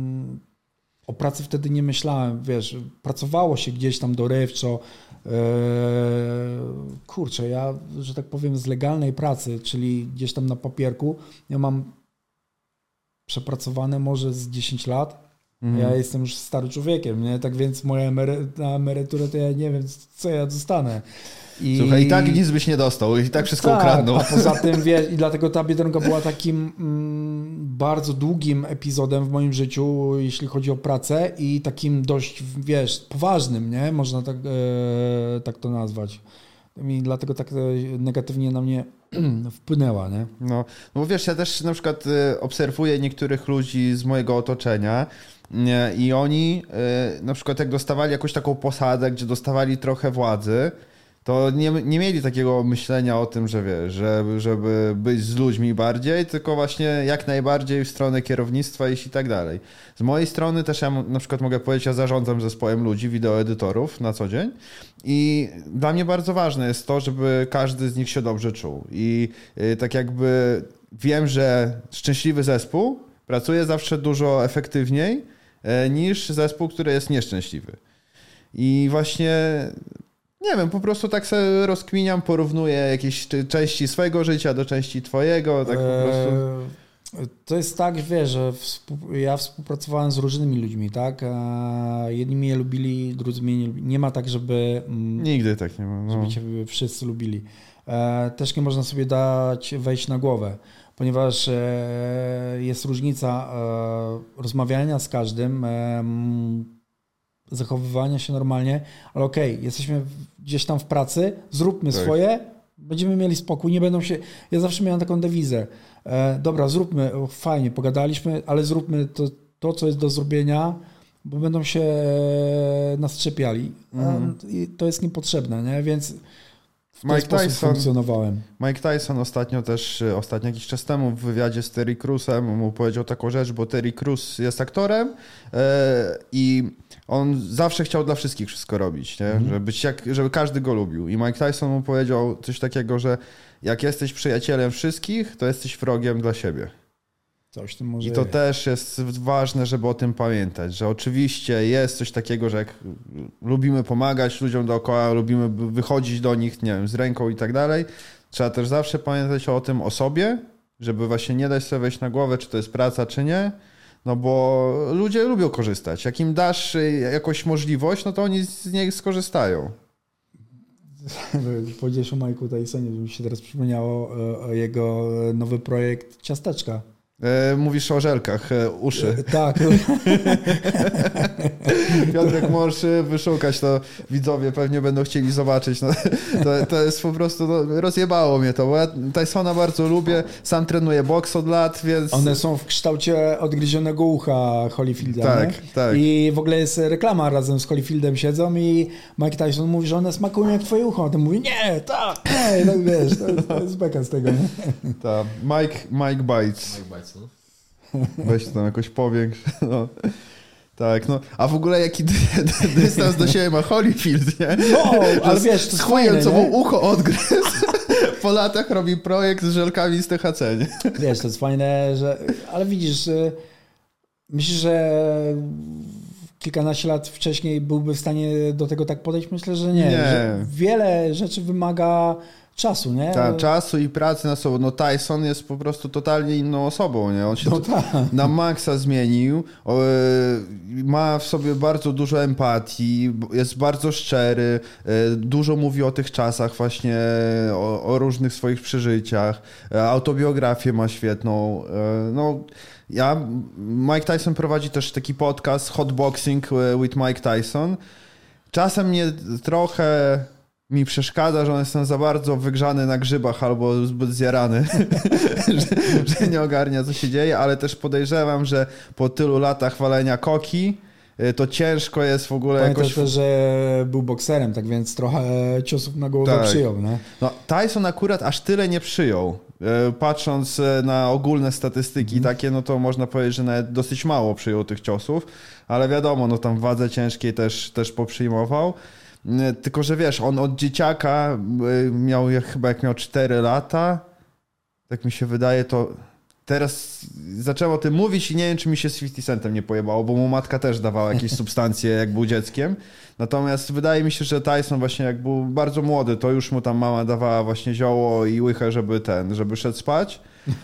o pracy wtedy nie myślałem, wiesz, pracowało się gdzieś tam dorywczo, e, kurczę, ja, że tak powiem, z legalnej pracy, czyli gdzieś tam na papierku, ja mam przepracowane może z dziesięć lat. Mhm. Ja jestem już starym człowiekiem, nie? Tak więc moja emery- na emeryturę to ja nie wiem, co ja dostanę. I... Słuchaj, i tak nic byś nie dostał, i tak wszystko tak, ukradną. A poza tym, wiesz, i dlatego ta Biedronka była takim mm, bardzo długim epizodem w moim życiu, jeśli chodzi o pracę i takim dość, wiesz, poważnym, nie? Można tak, e, tak to nazwać. I dlatego tak negatywnie na mnie wpłynęła, nie? No, no bo wiesz, ja też na przykład obserwuję niektórych ludzi z mojego otoczenia nie, i oni na przykład jak dostawali jakąś taką posadę, gdzie dostawali trochę władzy, to nie, nie mieli takiego myślenia o tym, że wiesz, żeby, żeby być z ludźmi bardziej, tylko właśnie jak najbardziej w stronę kierownictwa i tak dalej. Z mojej strony też ja na przykład mogę powiedzieć, ja zarządzam zespołem ludzi, wideoedytorów na co dzień i dla mnie bardzo ważne jest to, żeby każdy z nich się dobrze czuł i yy, tak jakby wiem, że szczęśliwy zespół pracuje zawsze dużo efektywniej yy, niż zespół, który jest nieszczęśliwy. I właśnie... Nie wiem, po prostu tak sobie rozkminiam, porównuję jakieś części swojego życia do części twojego, tak po prostu. To jest tak, wiesz, że współ... ja współpracowałem z różnymi ludźmi, tak? Jedni mnie lubili, drudzy mnie nie lubili. Nie ma tak, żeby... Nigdy tak nie ma. No. Żeby cię wszyscy lubili. Też nie można sobie dać wejść na głowę, ponieważ jest różnica rozmawiania z każdym, zachowywania się normalnie, ale okej, okay, jesteśmy gdzieś tam w pracy, zróbmy tak. swoje, będziemy mieli spokój, nie będą się... Ja zawsze miałem taką dewizę. E, dobra, zróbmy, o, fajnie, pogadaliśmy, ale zróbmy to, to, co jest do zrobienia, bo będą się nas czepiali. Mm. A, to jest niepotrzebne, nie? Więc w ten Mike sposób Tyson, funkcjonowałem. Mike Tyson ostatnio też, ostatnio jakiś czas temu w wywiadzie z Terry Crewsem mu powiedział taką rzecz, bo Terry Crews jest aktorem e, i on zawsze chciał dla wszystkich wszystko robić, nie? Mm. Żeby, być jak, żeby każdy go lubił. I Mike Tyson mu powiedział coś takiego, że jak jesteś przyjacielem wszystkich, to jesteś wrogiem dla siebie. Coś tym może I to jest. też jest ważne, żeby o tym pamiętać, że oczywiście jest coś takiego, że jak lubimy pomagać ludziom dookoła, lubimy wychodzić do nich, nie wiem, z ręką i tak dalej, trzeba też zawsze pamiętać o tym o sobie, żeby właśnie nie dać sobie wejść na głowę, czy to jest praca, czy nie, no bo ludzie lubią korzystać. Jak im dasz jakąś możliwość, no to oni z niej skorzystają. Powiedziałeś o Mike'u Tysonie, że mi się teraz przypomniało o jego nowy projekt Ciasteczka. E, mówisz o żelkach, e, uszy. E, tak. Piotrek, możesz wyszukać, to widzowie pewnie będą chcieli zobaczyć. No, to, to jest po prostu, no, rozjebało mnie to, bo ja Tysona bardzo lubię, sam trenuję boks od lat, więc... One są w kształcie odgryzionego ucha Holyfielda, tak, nie? Tak. I w ogóle jest reklama, razem z Holyfieldem siedzą i Mike Tyson mówi, że one smakują jak twoje ucho, a ten mówi, nie, tak, nie, tak wiesz, to jest, to jest beka z tego, nie? Tak, Mike, Mike Bites. Mike Bites, no. Weź to tam jakoś powiększ, no. Tak, no, a w ogóle jaki dy, dy, dystans do siebie ma Holyfield, nie? No, ale wiesz, to z jest chujem, fajne, co nie? mu ucho odgryzł, po latach robi projekt z żelkami z T H C, nie? Wiesz, to jest fajne, że... Ale widzisz, myślisz, że kilkanaście lat wcześniej byłby w stanie do tego tak podejść? Myślę, że nie. Nie. Że wiele rzeczy wymaga czasu, nie? Tak, czasu i pracy na sobą. No Tyson jest po prostu totalnie inną osobą, nie? On się No to, tak. na maksa zmienił, o, y, ma w sobie bardzo dużo empatii, jest bardzo szczery, y, dużo mówi o tych czasach właśnie, o, o różnych swoich przeżyciach, y, autobiografię ma świetną, y, no ja, Mike Tyson prowadzi też taki podcast Hotboxing with Mike Tyson. Czasem mnie trochę mi przeszkadza, że on jest tam za bardzo wygrzany na grzybach albo zbyt zjarany, że, że nie ogarnia, co się dzieje, ale też podejrzewam, że po tylu latach walenia koki to ciężko jest w ogóle Pamiętasz jakoś... też, że był bokserem, tak więc trochę ciosów na głowę Tak. przyjął, nie? No, Tyson akurat aż tyle nie przyjął. Patrząc na ogólne statystyki mm. takie, no to można powiedzieć, że nawet dosyć mało przyjął tych ciosów, ale wiadomo, no tam w wadze ciężkiej też, też poprzyjmował. Tylko, że wiesz, on od dzieciaka miał chyba jak miał cztery lata, tak mi się wydaje, to teraz zaczęło o tym mówić i nie wiem, czy mi się z fifty Centem nie pojebało, bo mu matka też dawała jakieś substancje, jak był dzieckiem. Natomiast wydaje mi się, że Tyson właśnie jak był bardzo młody, to już mu tam mama dawała właśnie zioło i łychę, żeby ten, żeby szedł spać.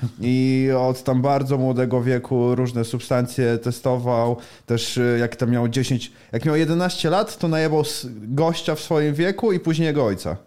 I od tam bardzo młodego wieku różne substancje testował. Też jak tam miał dziesięć, jak miał jedenaście lat, to najebał gościa w swoim wieku i później jego ojca.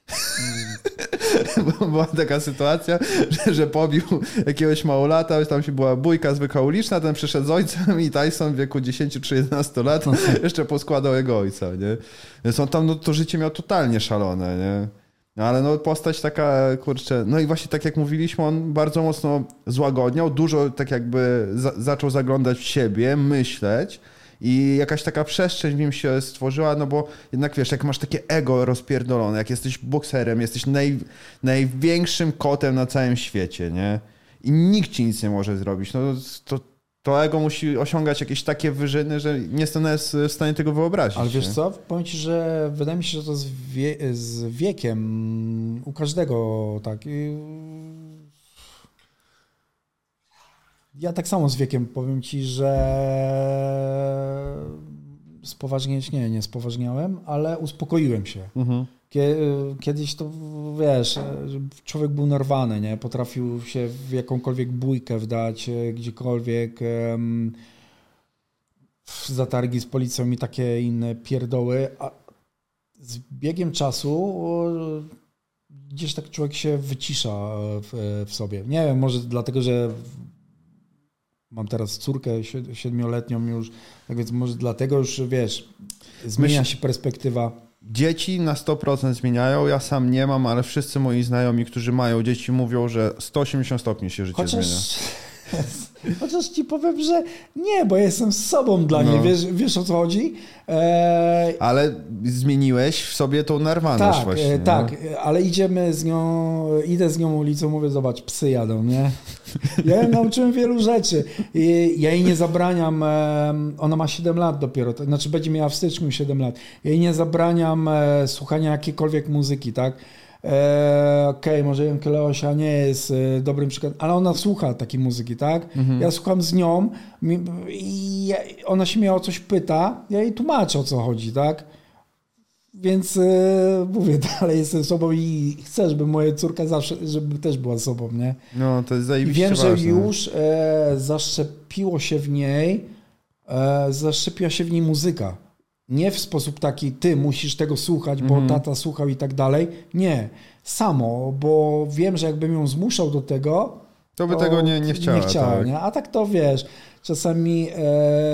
Była taka sytuacja, że, że pobił jakiegoś małolata, tam się była bójka zwykła uliczna, ten przyszedł z ojcem i Tyson w wieku dziesięć czy jedenaście lat jeszcze poskładał jego ojca, nie? Więc on tam no, to życie miał totalnie szalone, nie? No, ale no postać taka, kurczę, no i właśnie tak jak mówiliśmy, on bardzo mocno złagodniał, dużo tak jakby za, zaczął zaglądać w siebie, myśleć i jakaś taka przestrzeń w nim się stworzyła, no bo jednak wiesz, jak masz takie ego rozpierdolone, jak jesteś bokserem, jesteś naj, największym kotem na całym świecie, nie? I nikt ci nic nie może zrobić, no to, to ego musi osiągać jakieś takie wyżyny, że nie jestem nawet w stanie tego wyobrazić. Ale wiesz nie? co, powiem ci, że wydaje mi się, że to z, wie, z wiekiem u każdego tak. Ja tak samo z wiekiem powiem ci, że spoważnieć nie, nie spoważniałem, ale uspokoiłem się. Mhm. Kiedyś to, wiesz, człowiek był nerwany, nie? Potrafił się w jakąkolwiek bójkę wdać, gdziekolwiek, w zatargi z policją i takie inne pierdoły, a z biegiem czasu gdzieś tak człowiek się wycisza w, w sobie. Nie wiem, może dlatego, że mam teraz córkę siedmioletnią już, tak więc może dlatego już, wiesz, zmienia Myśl... się perspektywa. Dzieci na sto procent zmieniają, ja sam nie mam, ale wszyscy moi znajomi, którzy mają dzieci, mówią, że sto osiemdziesiąt stopni się życie Chociaż... zmienia. Chociaż ci powiem, że nie, bo jestem z sobą dla No. niej, wiesz, wiesz o co chodzi? E... Ale zmieniłeś w sobie tą narwaność Tak, właśnie. e, no. tak, ale idziemy z nią, idę z nią ulicą, mówię, zobacz, psy jadą, nie? Ja ją nauczyłem wielu rzeczy. I ja jej nie zabraniam, e, ona ma siedem lat dopiero, to znaczy będzie miała w styczniu siedem lat. Ja jej nie zabraniam e, słuchania jakiejkolwiek muzyki, tak? E, Okej, okay, może Janka Leosia nie jest e, dobrym przykładem, ale ona słucha takiej muzyki, tak? Mhm. Ja słucham z nią mi, i ja, ona się mnie o coś pyta, ja jej tłumaczę, o co chodzi, tak? Więc e, mówię, dalej jestem sobą i chcę, żeby moja córka zawsze, żeby też była sobą, nie? No, to jest I zajebiście wiem, ważne. że już e, zaszczepiło się w niej, e, zaszczepiła się w niej muzyka. Nie w sposób taki, ty musisz tego słuchać, bo mm. tata słuchał i tak dalej. Nie, samo, bo wiem, że jakbym ją zmuszał do tego, to by to tego nie, nie chciała. Nie chciała, tak. nie? A tak to wiesz, czasami e,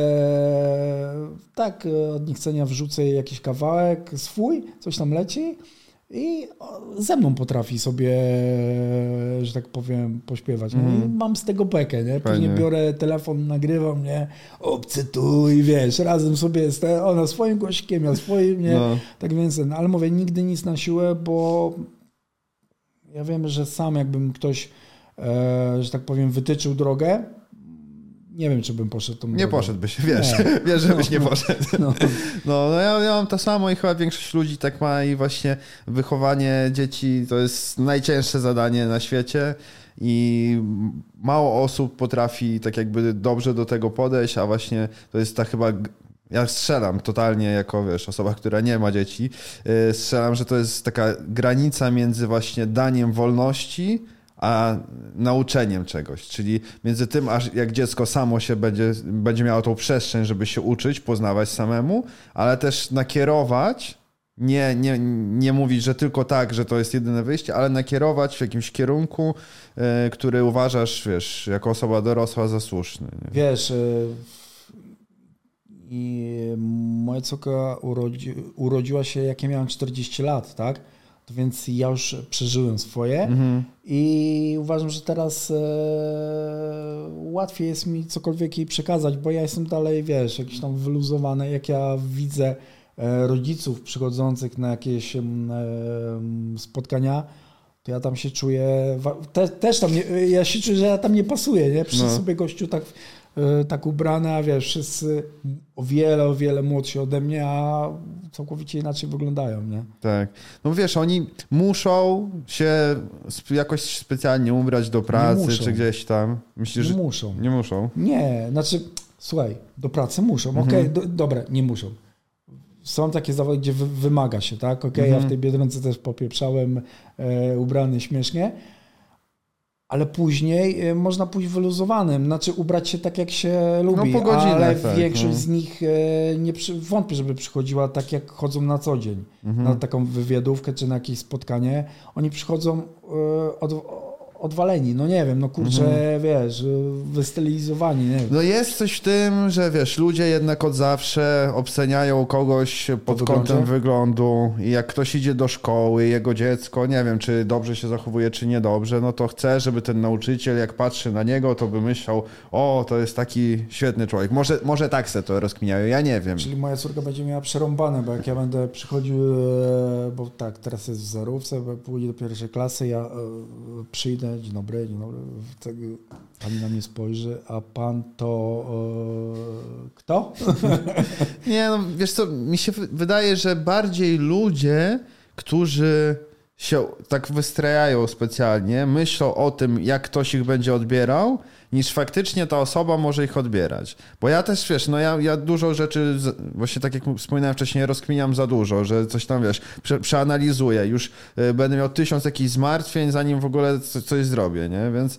tak od niechcenia wrzucę jakiś kawałek swój, coś tam leci i ze mną potrafi sobie, że tak powiem, pośpiewać. Mm. No i mam z tego bekę, nie? Później Fajnie. biorę telefon, nagrywam, nie? Obcytuj, wiesz, razem sobie jest ona swoim głosikiem, ja swoim, nie? No. Tak więc, no, ale mówię, nigdy nic na siłę, bo ja wiem, że sam jakbym ktoś, e, że tak powiem, wytyczył drogę, nie wiem, czy bym poszedł tą Nie drogą. poszedłbyś, wiesz, Nie. wiesz, żebyś No, nie no. poszedł. No. No, no ja, ja mam to samo i chyba większość ludzi tak ma i właśnie wychowanie dzieci to jest najcięższe zadanie na świecie i mało osób potrafi tak jakby dobrze do tego podejść, a właśnie to jest ta chyba... Ja strzelam totalnie jako, wiesz, osoba, która nie ma dzieci, yy, strzelam, że to jest taka granica między właśnie daniem wolności a nauczeniem czegoś, czyli między tym, aż jak dziecko samo się będzie, będzie miało tą przestrzeń, żeby się uczyć, poznawać samemu, ale też nakierować, nie, nie, nie mówić, że tylko tak, że to jest jedyne wyjście, ale nakierować w jakimś kierunku, yy, który uważasz, wiesz, jako osoba dorosła za słuszny. Nie? Wiesz, y, i moja córka urodzi, urodziła się, jak ja miałem czterdzieści lat, tak? To więc ja już przeżyłem swoje mhm. i uważam, że teraz e, łatwiej jest mi cokolwiek jej przekazać, bo ja jestem dalej, wiesz, jakiś tam wyluzowany. Jak ja widzę e, rodziców przychodzących na jakieś e, spotkania, to ja tam się czuję, te, też tam, nie, ja się czuję, że ja tam nie pasuję, nie? Przyszedł no. sobie gościu tak, tak ubrany, a wiesz, wszyscy o wiele, o wiele młodsi ode mnie, a całkowicie inaczej wyglądają, nie? Tak. No wiesz, oni muszą się jakoś specjalnie ubrać do pracy, czy gdzieś tam. Myślisz, nie że... muszą. Nie muszą? Nie, znaczy, słuchaj, do pracy muszą, mhm. okej, okay, do, dobra, nie muszą. Są takie zawody, gdzie wy, wymaga się, tak? Okej, okay, mhm. ja w tej Biedronce też popieprzałem e, ubrany śmiesznie, ale później e, można pójść wyluzowanym, znaczy ubrać się tak, jak się lubi, no, po godzinach, ale tak, większość no. z nich e, nie przy, wątpię, żeby przychodziła tak, jak chodzą na co dzień, mhm. na taką wywiadówkę czy na jakieś spotkanie. Oni przychodzą e, od odwaleni, no nie wiem, no kurczę, mhm. wiesz, wystylizowani, nie wiem. No jest coś w tym, że wiesz, ludzie jednak od zawsze oceniają kogoś pod po kątem wyglądu i jak ktoś idzie do szkoły, jego dziecko, nie wiem, czy dobrze się zachowuje, czy niedobrze, no to chce, żeby ten nauczyciel, jak patrzy na niego, to by myślał, o, to jest taki świetny człowiek. Może, może tak se to rozkminiają, ja nie wiem. Czyli moja córka będzie miała przerąbane, bo jak ja będę przychodził, bo tak, teraz jest w zerówce, bo pójdzie do pierwszej klasy, ja przyjdę, dzień dobry, dzień dobry, pani na mnie spojrzy, a pan to e, kto? Nie, no wiesz co, mi się wydaje, że bardziej ludzie, którzy się tak wystrajają specjalnie, myślą o tym, jak ktoś ich będzie odbierał, niż faktycznie ta osoba może ich odbierać. Bo ja też, wiesz, no ja, ja dużo rzeczy, właśnie tak jak wspominałem wcześniej, rozkminiam za dużo, że coś tam, wiesz, prze, przeanalizuję, już będę miał tysiąc jakichś zmartwień, zanim w ogóle coś zrobię, nie? Więc y,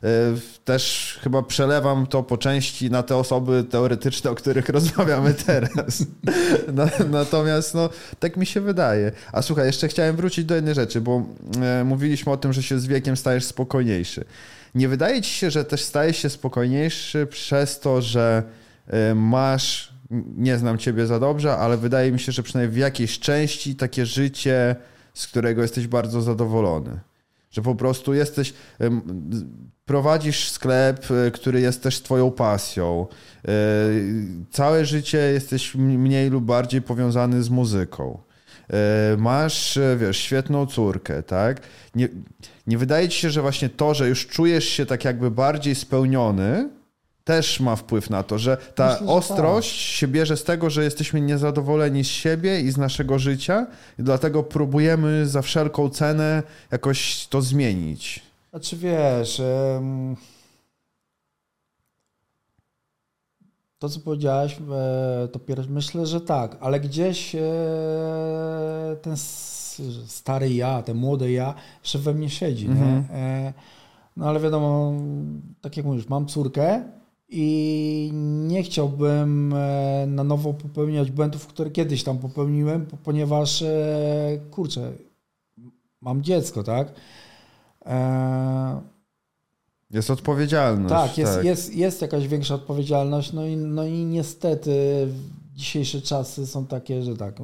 też chyba przelewam to po części na te osoby teoretyczne, o których rozmawiamy teraz. Na, natomiast, no, tak mi się wydaje. A słuchaj, jeszcze chciałem wrócić do jednej rzeczy, bo y, mówiliśmy o tym, że się z wiekiem stajesz spokojniejszy. Nie wydaje ci się, że też stajesz się spokojniejszy przez to, że masz, nie znam ciebie za dobrze, ale wydaje mi się, że przynajmniej w jakiejś części takie życie, z którego jesteś bardzo zadowolony. Że po prostu jesteś, prowadzisz sklep, który jest też twoją pasją. Całe życie jesteś mniej lub bardziej powiązany z muzyką. Masz, wiesz, świetną córkę, tak? Nie, nie wydaje ci się, że właśnie to, że już czujesz się tak jakby bardziej spełniony, też ma wpływ na to, że ta Myślę, że ostrość tak. się bierze z tego, że jesteśmy niezadowoleni z siebie i z naszego życia i dlatego próbujemy za wszelką cenę jakoś to zmienić. Znaczy wiesz, to co powiedziałeś, to pierwsze, myślę, że tak, ale gdzieś ten stary ja, ten młody ja jeszcze we mnie siedzi, mhm. nie? No ale wiadomo, tak jak mówisz, mam córkę i nie chciałbym na nowo popełniać błędów, które kiedyś tam popełniłem, ponieważ kurczę, mam dziecko, tak? Jest odpowiedzialność. Tak, jest, tak. Jest, jest jakaś większa odpowiedzialność, no i, no i niestety dzisiejsze czasy są takie, że tak,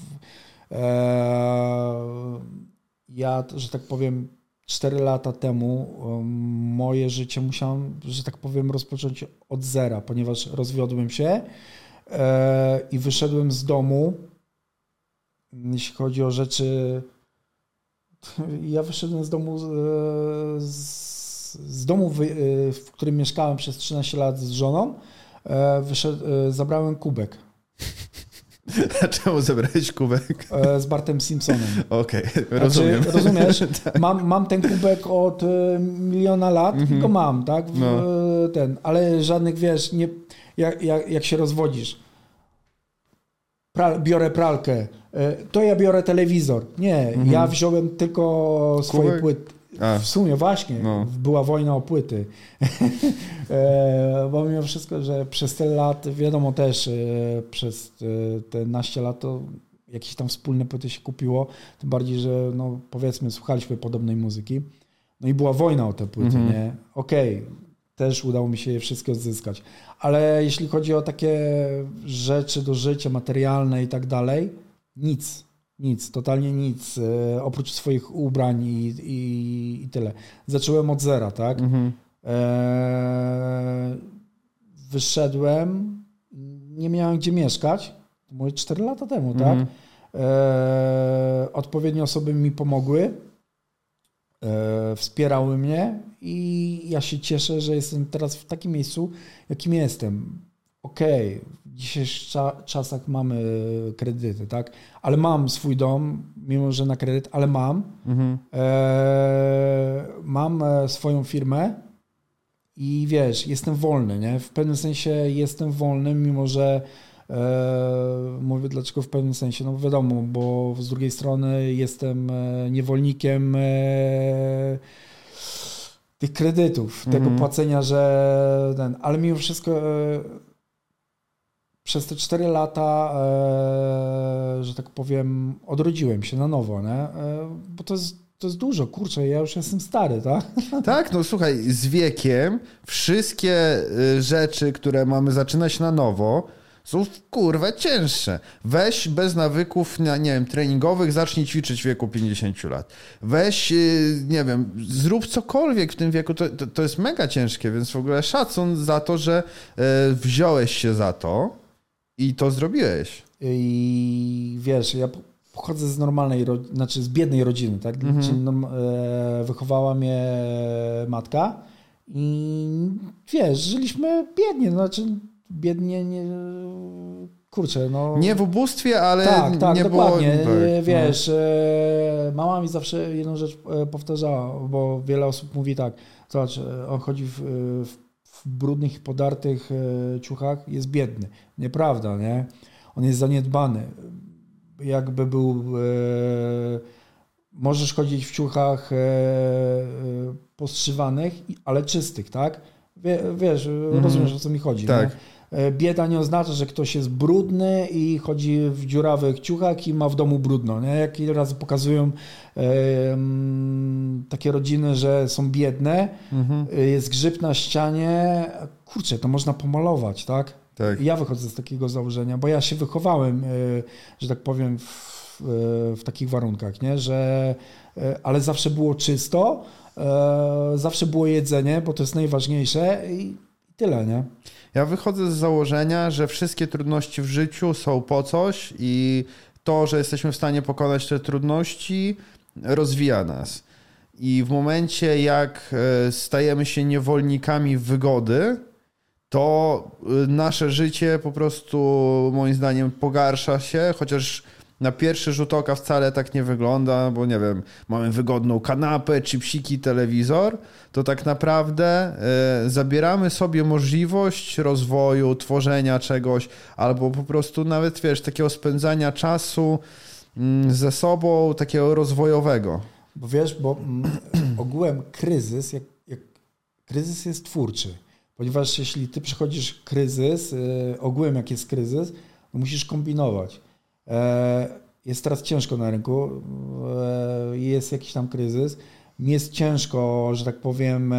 ja, że tak powiem, cztery lata temu moje życie musiałem, że tak powiem, rozpocząć od zera, ponieważ rozwiodłem się i wyszedłem z domu, jeśli chodzi o rzeczy, ja wyszedłem z domu, z, z domu, w którym mieszkałem przez trzynaście lat z żoną, wyszedł, zabrałem kubek. A czemu zabrałeś kubek? Z Bartem Simpsonem. Okej, okay, rozumiem. Znaczy, rozumiesz? tak. mam, mam ten kubek od miliona lat mm-hmm. i go mam, tak? W, no. ten, ale żadnych, wiesz, nie, jak, jak, jak się rozwodzisz. Pral, biorę pralkę, to ja biorę telewizor. Nie, mm-hmm. ja wziąłem tylko swoje kubek? płyty. A. W sumie właśnie, no. była wojna o płyty. Bo mimo wszystko, że przez tyle lat, wiadomo też, przez te naście lat to jakieś tam wspólne płyty się kupiło, tym bardziej, że no powiedzmy słuchaliśmy podobnej muzyki. No i była wojna o te płyty, mm-hmm. nie? Okej, okay, też udało mi się je wszystkie odzyskać. Ale jeśli chodzi o takie rzeczy do życia, materialne i tak dalej, nic. Nic, totalnie nic, e, oprócz swoich ubrań i, i, i tyle. Zacząłem od zera, tak? Mm-hmm. E, wyszedłem, nie miałem gdzie mieszkać, to mówię cztery lata temu, mm-hmm. tak? E, odpowiednie osoby mi pomogły, e, wspierały mnie i ja się cieszę, że jestem teraz w takim miejscu, jakim jestem. Okej, okay, w dzisiejszych czasach mamy kredyty, tak? Ale mam swój dom, mimo że na kredyt, ale mam. Mhm. E, mam swoją firmę i wiesz, jestem wolny, nie? W pewnym sensie jestem wolny, mimo że e, mówię dlaczego w pewnym sensie, no wiadomo, bo z drugiej strony jestem niewolnikiem e, tych kredytów, mhm. tego płacenia, że ten, ale mimo wszystko e, przez te cztery lata, e, że tak powiem, odrodziłem się na nowo, nie? E, bo to jest, to jest dużo, kurczę, ja już jestem stary, tak? Tak, no słuchaj, z wiekiem wszystkie rzeczy, które mamy zaczynać na nowo, są kurwa cięższe. Weź bez nawyków, nie wiem, treningowych, zacznij ćwiczyć w wieku pięćdziesięciu lat. Weź, nie wiem, zrób cokolwiek w tym wieku, to, to, to jest mega ciężkie, więc w ogóle szacun za to, że wziąłeś się za to i to zrobiłeś. I wiesz, ja pochodzę z normalnej, znaczy z biednej rodziny, tak? Mm-hmm. Czyli, no, e, wychowała mnie matka i wiesz, żyliśmy biednie, znaczy biednie, nie, kurczę, no. Nie w ubóstwie, ale tak, tak, nie dokładnie. było... Tak, wiesz, no. e, mama mi zawsze jedną rzecz powtarzała, bo wiele osób mówi tak, zobacz, on chodzi w, w w brudnych i podartych ciuchach, jest biedny. Nieprawda, nie? On jest zaniedbany. Jakby był... E, możesz chodzić w ciuchach e, postrzywanych, ale czystych, tak? Wie, wiesz, mm. rozumiesz, o co mi chodzi. Tak. Nie? Bieda nie oznacza, że ktoś jest brudny i chodzi w dziurawych ciuchach i ma w domu brudno. Nie? Jak ile razy pokazują e, takie rodziny, że są biedne, mhm. jest grzyb na ścianie, kurczę, to można pomalować, tak? tak? Ja wychodzę z takiego założenia, bo ja się wychowałem, e, że tak powiem, w, w, w takich warunkach, nie? Że, ale zawsze było czysto, zawsze było jedzenie, bo to jest najważniejsze i tyle, nie? Ja wychodzę z założenia, że wszystkie trudności w życiu są po coś i to, że jesteśmy w stanie pokonać te trudności, rozwija nas. I w momencie, jak stajemy się niewolnikami wygody, to nasze życie po prostu moim zdaniem pogarsza się, chociaż na pierwszy rzut oka wcale tak nie wygląda, bo nie wiem, mamy wygodną kanapę, chipsiki, telewizor, to tak naprawdę y, zabieramy sobie możliwość rozwoju, tworzenia czegoś, albo po prostu nawet, wiesz, takiego spędzania czasu y, ze sobą, takiego rozwojowego. Bo wiesz, bo mm, ogółem kryzys, jak, jak, kryzys jest twórczy, ponieważ jeśli ty przechodzisz kryzys, y, ogółem jak jest kryzys, to musisz kombinować. Jest teraz ciężko na rynku, jest jakiś tam kryzys. Mi jest ciężko, że tak powiem,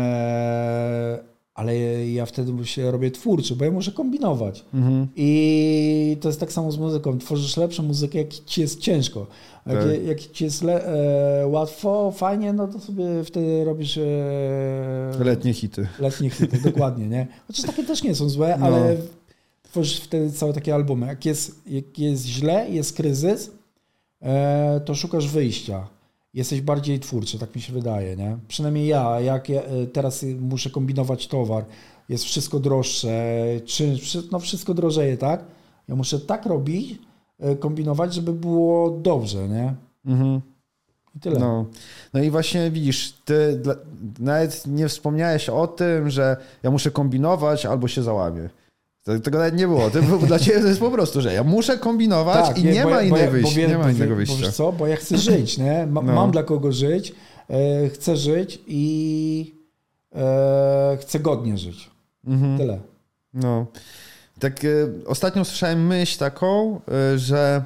ale ja wtedy się robię twórczy, bo ja muszę kombinować. Mhm. I to jest tak samo z muzyką. Tworzysz lepszą muzykę, jak ci jest ciężko. Jak, tak. jak ci jest le, e, łatwo, fajnie, no to sobie wtedy robisz... E, letnie hity. Letnie hity, dokładnie, nie? Chociaż takie też nie są złe, no. ale... Tworzysz wtedy całe takie albumy. Jak jest, jak jest źle, jest kryzys, e, to szukasz wyjścia. Jesteś bardziej twórczy, tak mi się wydaje, nie? Przynajmniej ja, jak ja teraz muszę kombinować towar, jest wszystko droższe, czy, no wszystko drożeje, tak? Ja muszę tak robić, kombinować, żeby było dobrze, nie? Mhm. I tyle. No. no i właśnie widzisz, ty dla, nawet nie wspomniałeś o tym, że ja muszę kombinować albo się załamię. Tego nawet nie było. To dla ciebie to jest po prostu, że ja muszę kombinować tak, i nie, nie ma, innej ja, wyjścia, nie ma innego wyjścia. Bo wiesz co? Bo ja chcę żyć, nie? Ma, no. Mam dla kogo żyć, e, chcę żyć i e, chcę godnie żyć. Mhm. Tyle. No. Tak e, ostatnio słyszałem myśl taką, e, że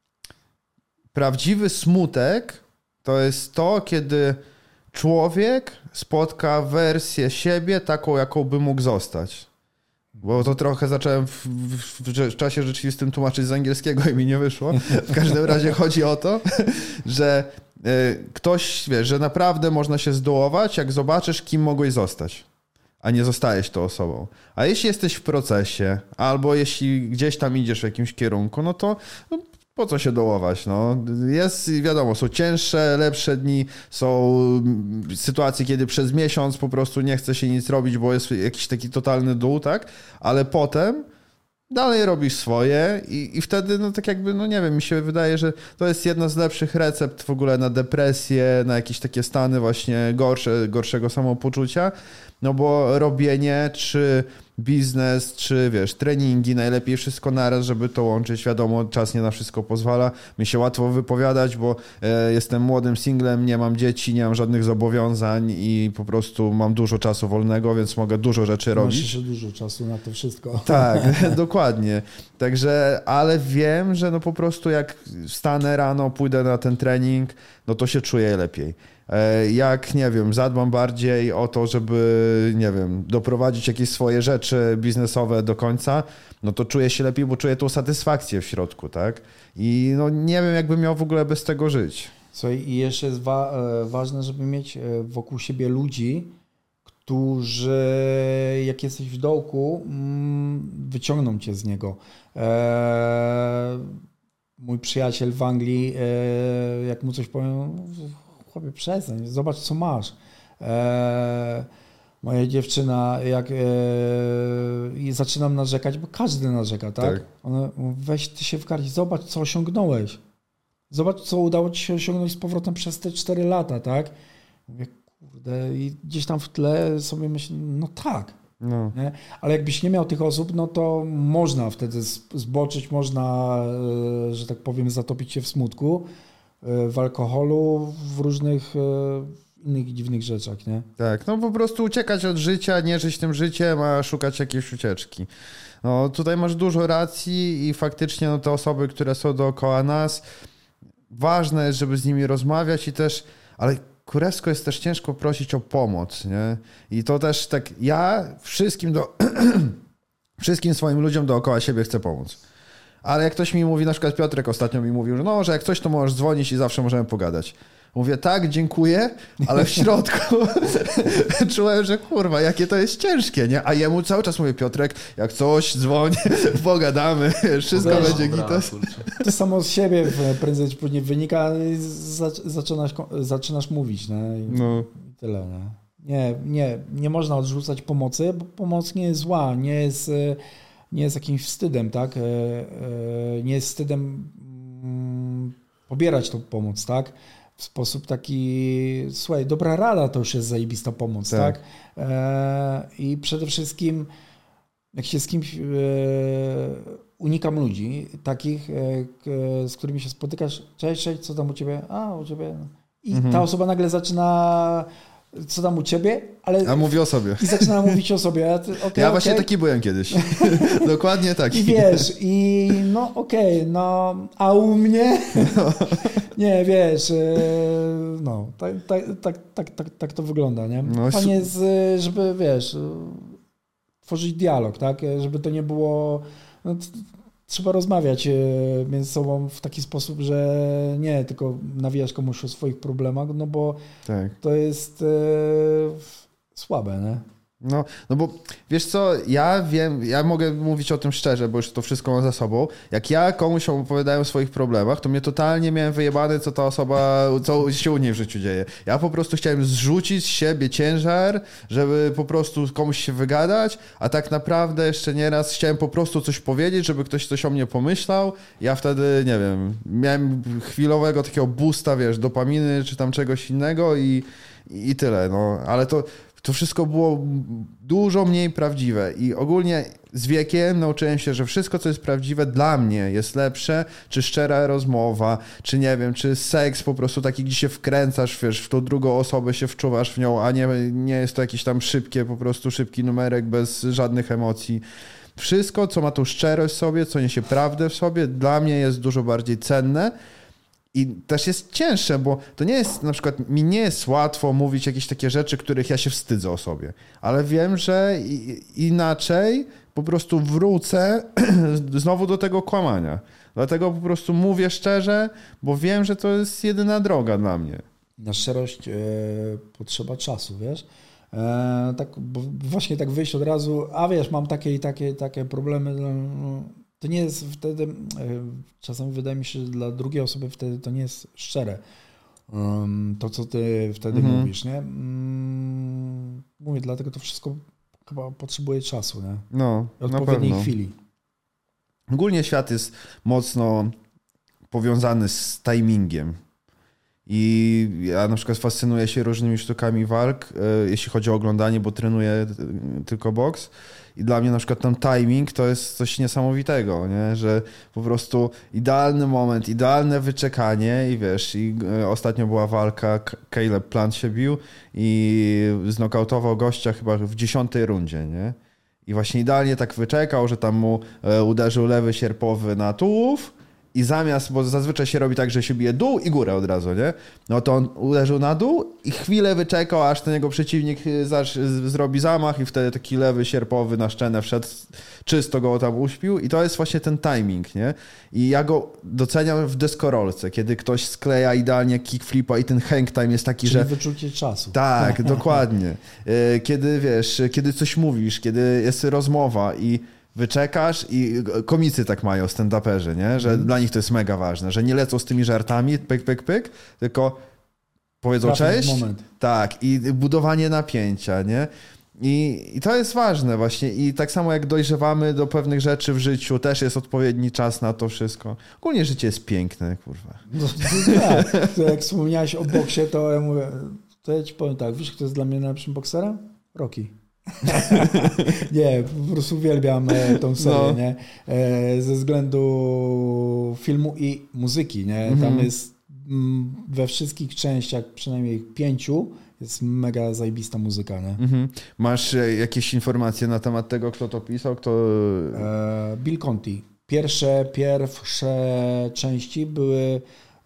prawdziwy smutek to jest to, kiedy człowiek spotka wersję siebie taką, jaką by mógł zostać. Bo to trochę zacząłem w, w, w czasie rzeczywistym tłumaczyć z angielskiego i mi nie wyszło. W każdym razie chodzi o to, że y, ktoś, wiesz, że naprawdę można się zdołować, jak zobaczysz, kim mogłeś zostać, a nie zostajesz tą osobą. A jeśli jesteś w procesie, albo jeśli gdzieś tam idziesz w jakimś kierunku, no to no, po co się dołować? No? Jest, wiadomo, są cięższe, lepsze dni, są sytuacje, kiedy przez miesiąc po prostu nie chce się nic robić, bo jest jakiś taki totalny dół, tak? Ale potem dalej robisz swoje i, i wtedy, no tak jakby, no nie wiem, mi się wydaje, że to jest jedna z lepszych recept w ogóle na depresję, na jakieś takie stany właśnie gorsze, gorszego samopoczucia, no bo robienie czy biznes, czy wiesz, treningi, najlepiej wszystko naraz, żeby to łączyć. Wiadomo, czas nie na wszystko pozwala. Mi się łatwo wypowiadać, bo e, jestem młodym singlem, nie mam dzieci, nie mam żadnych zobowiązań i po prostu mam dużo czasu wolnego, więc mogę dużo rzeczy robić. Masz jeszcze dużo czasu na to wszystko. Tak, dokładnie. Także, ale wiem, że no po prostu jak wstanę rano, pójdę na ten trening, no to się czuję lepiej. Jak, nie wiem, zadbam bardziej o to, żeby, nie wiem, doprowadzić jakieś swoje rzeczy biznesowe do końca, no to czuję się lepiej, bo czuję tą satysfakcję w środku, tak? I no nie wiem, jakbym miał w ogóle bez tego żyć. Słuchaj, i jeszcze jest wa- ważne, żeby mieć wokół siebie ludzi, którzy, jak jesteś w dołku, wyciągną cię z niego. Eee, mój przyjaciel w Anglii, e, jak mu coś powiem, chłopie, przestań, zobacz, co masz. E, moja dziewczyna, jak e, i zaczynam narzekać, bo każdy narzeka, tak? tak. Ona, weź ty się w garść, zobacz, co osiągnąłeś. Zobacz, co udało ci się osiągnąć z powrotem przez te cztery lata, tak? Mówię, kurde, i gdzieś tam w tle sobie myślę, no tak. No. Nie? Ale jakbyś nie miał tych osób, no to można wtedy zboczyć, można, że tak powiem, zatopić się w smutku, w alkoholu, w różnych innych dziwnych rzeczach, nie? Tak, no po prostu uciekać od życia, nie żyć tym życiem, a szukać jakiejś ucieczki. No tutaj masz dużo racji i faktycznie no, te osoby, które są dookoła nas, ważne jest, żeby z nimi rozmawiać i też, ale kurewsko jest też ciężko prosić o pomoc, nie? I to też tak, ja wszystkim do, wszystkim swoim ludziom dookoła siebie chcę pomóc. Ale jak ktoś mi mówi, na przykład Piotrek ostatnio mi mówił, że no, że jak coś, to możesz dzwonić i zawsze możemy pogadać. Mówię, tak, dziękuję, ale w środku czułem, że kurwa, jakie to jest ciężkie, nie? A jemu cały czas mówię, Piotrek, jak coś, dzwoń, pogadamy, wszystko Wiesz, będzie gitas. To samo z siebie prędzej czy później wynika i zaczynasz, zaczynasz mówić, nie? I no. tyle, nie? Nie, nie, nie można odrzucać pomocy, bo pomoc nie jest zła, nie jest, nie jest jakimś wstydem, tak? Nie jest wstydem pobierać tą pomoc, tak? W sposób taki, słuchaj, dobra rada to już jest zajebista pomoc, tak? tak? E, I przede wszystkim, jak się z kimś, e, unikam ludzi takich, e, z którymi się spotykasz, cześć, cześć, co tam u ciebie? A, u ciebie. I mhm. ta osoba nagle zaczyna, co tam u ciebie, ale... A mówi o sobie. I zaczyna mówić o sobie. Okay, ja właśnie okay. taki byłem kiedyś. Dokładnie taki. I wiesz, i no okej, okay, no, a u mnie... No. Nie, wiesz, no, tak, tak, tak, tak, tak, tak to wygląda, nie? No, Fajnie jest, żeby, wiesz, tworzyć dialog, tak? Żeby to nie było... No, trzeba rozmawiać między sobą w taki sposób, że nie tylko nawijasz komuś o swoich problemach, no bo tak. to jest e, słabe, nie? No, no bo wiesz co, ja wiem, ja mogę mówić o tym szczerze, bo już to wszystko mam za sobą. Jak ja komuś opowiadałem o swoich problemach, to mnie totalnie miałem wyjebane, co ta osoba, co się u niej w życiu dzieje. Ja po prostu chciałem zrzucić z siebie ciężar, żeby po prostu komuś się wygadać, a tak naprawdę jeszcze nieraz chciałem po prostu coś powiedzieć, żeby ktoś coś o mnie pomyślał. Ja wtedy, nie wiem, miałem chwilowego takiego boosta, wiesz, dopaminy czy tam czegoś innego i, i tyle, no. Ale to To wszystko było dużo mniej prawdziwe i ogólnie z wiekiem nauczyłem się, że wszystko, co jest prawdziwe dla mnie jest lepsze, czy szczera rozmowa, czy nie wiem, czy seks po prostu taki, gdzie się wkręcasz, wiesz, w tą drugą osobę, się wczuwasz w nią, a nie, nie jest to jakieś tam szybkie, po prostu szybki numerek bez żadnych emocji. Wszystko, co ma tą szczerość w sobie, co niesie prawdę w sobie, dla mnie jest dużo bardziej cenne. I też jest cięższe, bo to nie jest, na przykład mi nie jest łatwo mówić jakieś takie rzeczy, których ja się wstydzę o sobie, ale wiem, że inaczej po prostu wrócę znowu do tego kłamania. Dlatego po prostu mówię szczerze, bo wiem, że to jest jedyna droga dla mnie. Na szczerość e, potrzeba czasu, wiesz? E, tak, bo właśnie tak wyjść od razu, a wiesz, mam takie i takie, takie problemy, no, to nie jest wtedy, czasami wydaje mi się, że dla drugiej osoby wtedy to nie jest szczere. Um, to, co ty wtedy mhm. mówisz, nie? Um, mówię, dlatego to wszystko chyba potrzebuje czasu, nie? No, odpowiedniej chwili. Ogólnie świat jest mocno powiązany z timingiem. I ja na przykład fascynuję się różnymi sztukami walk, jeśli chodzi o oglądanie, bo trenuję tylko boks. I dla mnie na przykład ten timing to jest coś niesamowitego, nie? Że po prostu idealny moment, idealne wyczekanie i wiesz, i ostatnio była walka, Caleb Plant się bił i znokautował gościa chyba w dziesiątej rundzie, nie? I właśnie idealnie tak wyczekał, że tam mu uderzył lewy sierpowy na tułów i zamiast, bo zazwyczaj się robi tak, że się bije dół i górę od razu, nie? No to on uderzył na dół i chwilę wyczekał, aż ten jego przeciwnik zrobi zamach i wtedy taki lewy sierpowy na szczenę wszedł, czysto go tam uśpił i to jest właśnie ten timing, nie? I ja go doceniam w deskorolce, kiedy ktoś skleja idealnie kickflipa i ten hang time jest taki, czyli że... wyczucie czasu. Tak, dokładnie. Kiedy, wiesz, kiedy coś mówisz, kiedy jest rozmowa i wyczekasz i komicy tak mają, stand-uperzy, nie? Że mm. dla nich to jest mega ważne, że nie lecą z tymi żartami, pyk, pyk, pyk, tylko powiedzą Trafię cześć. Moment. Tak, i budowanie napięcia, nie? I, I to jest ważne właśnie i tak samo jak dojrzewamy do pewnych rzeczy w życiu, też jest odpowiedni czas na to wszystko. Ogólnie życie jest piękne, kurwa. No, tak, to jak wspomniałeś o boksie, to ja mówię, to ja ci powiem tak, wiesz kto jest dla mnie najlepszym bokserem? Rocky. Nie, po prostu uwielbiam tą serię, no. nie? Ze względu filmu i muzyki, nie? Mm-hmm. Tam jest we wszystkich częściach, przynajmniej pięciu, jest mega zajebista muzyka, nie? Mm-hmm. Masz jakieś informacje na temat tego, kto to pisał? Kto... Bill Conti. Pierwsze, pierwsze części były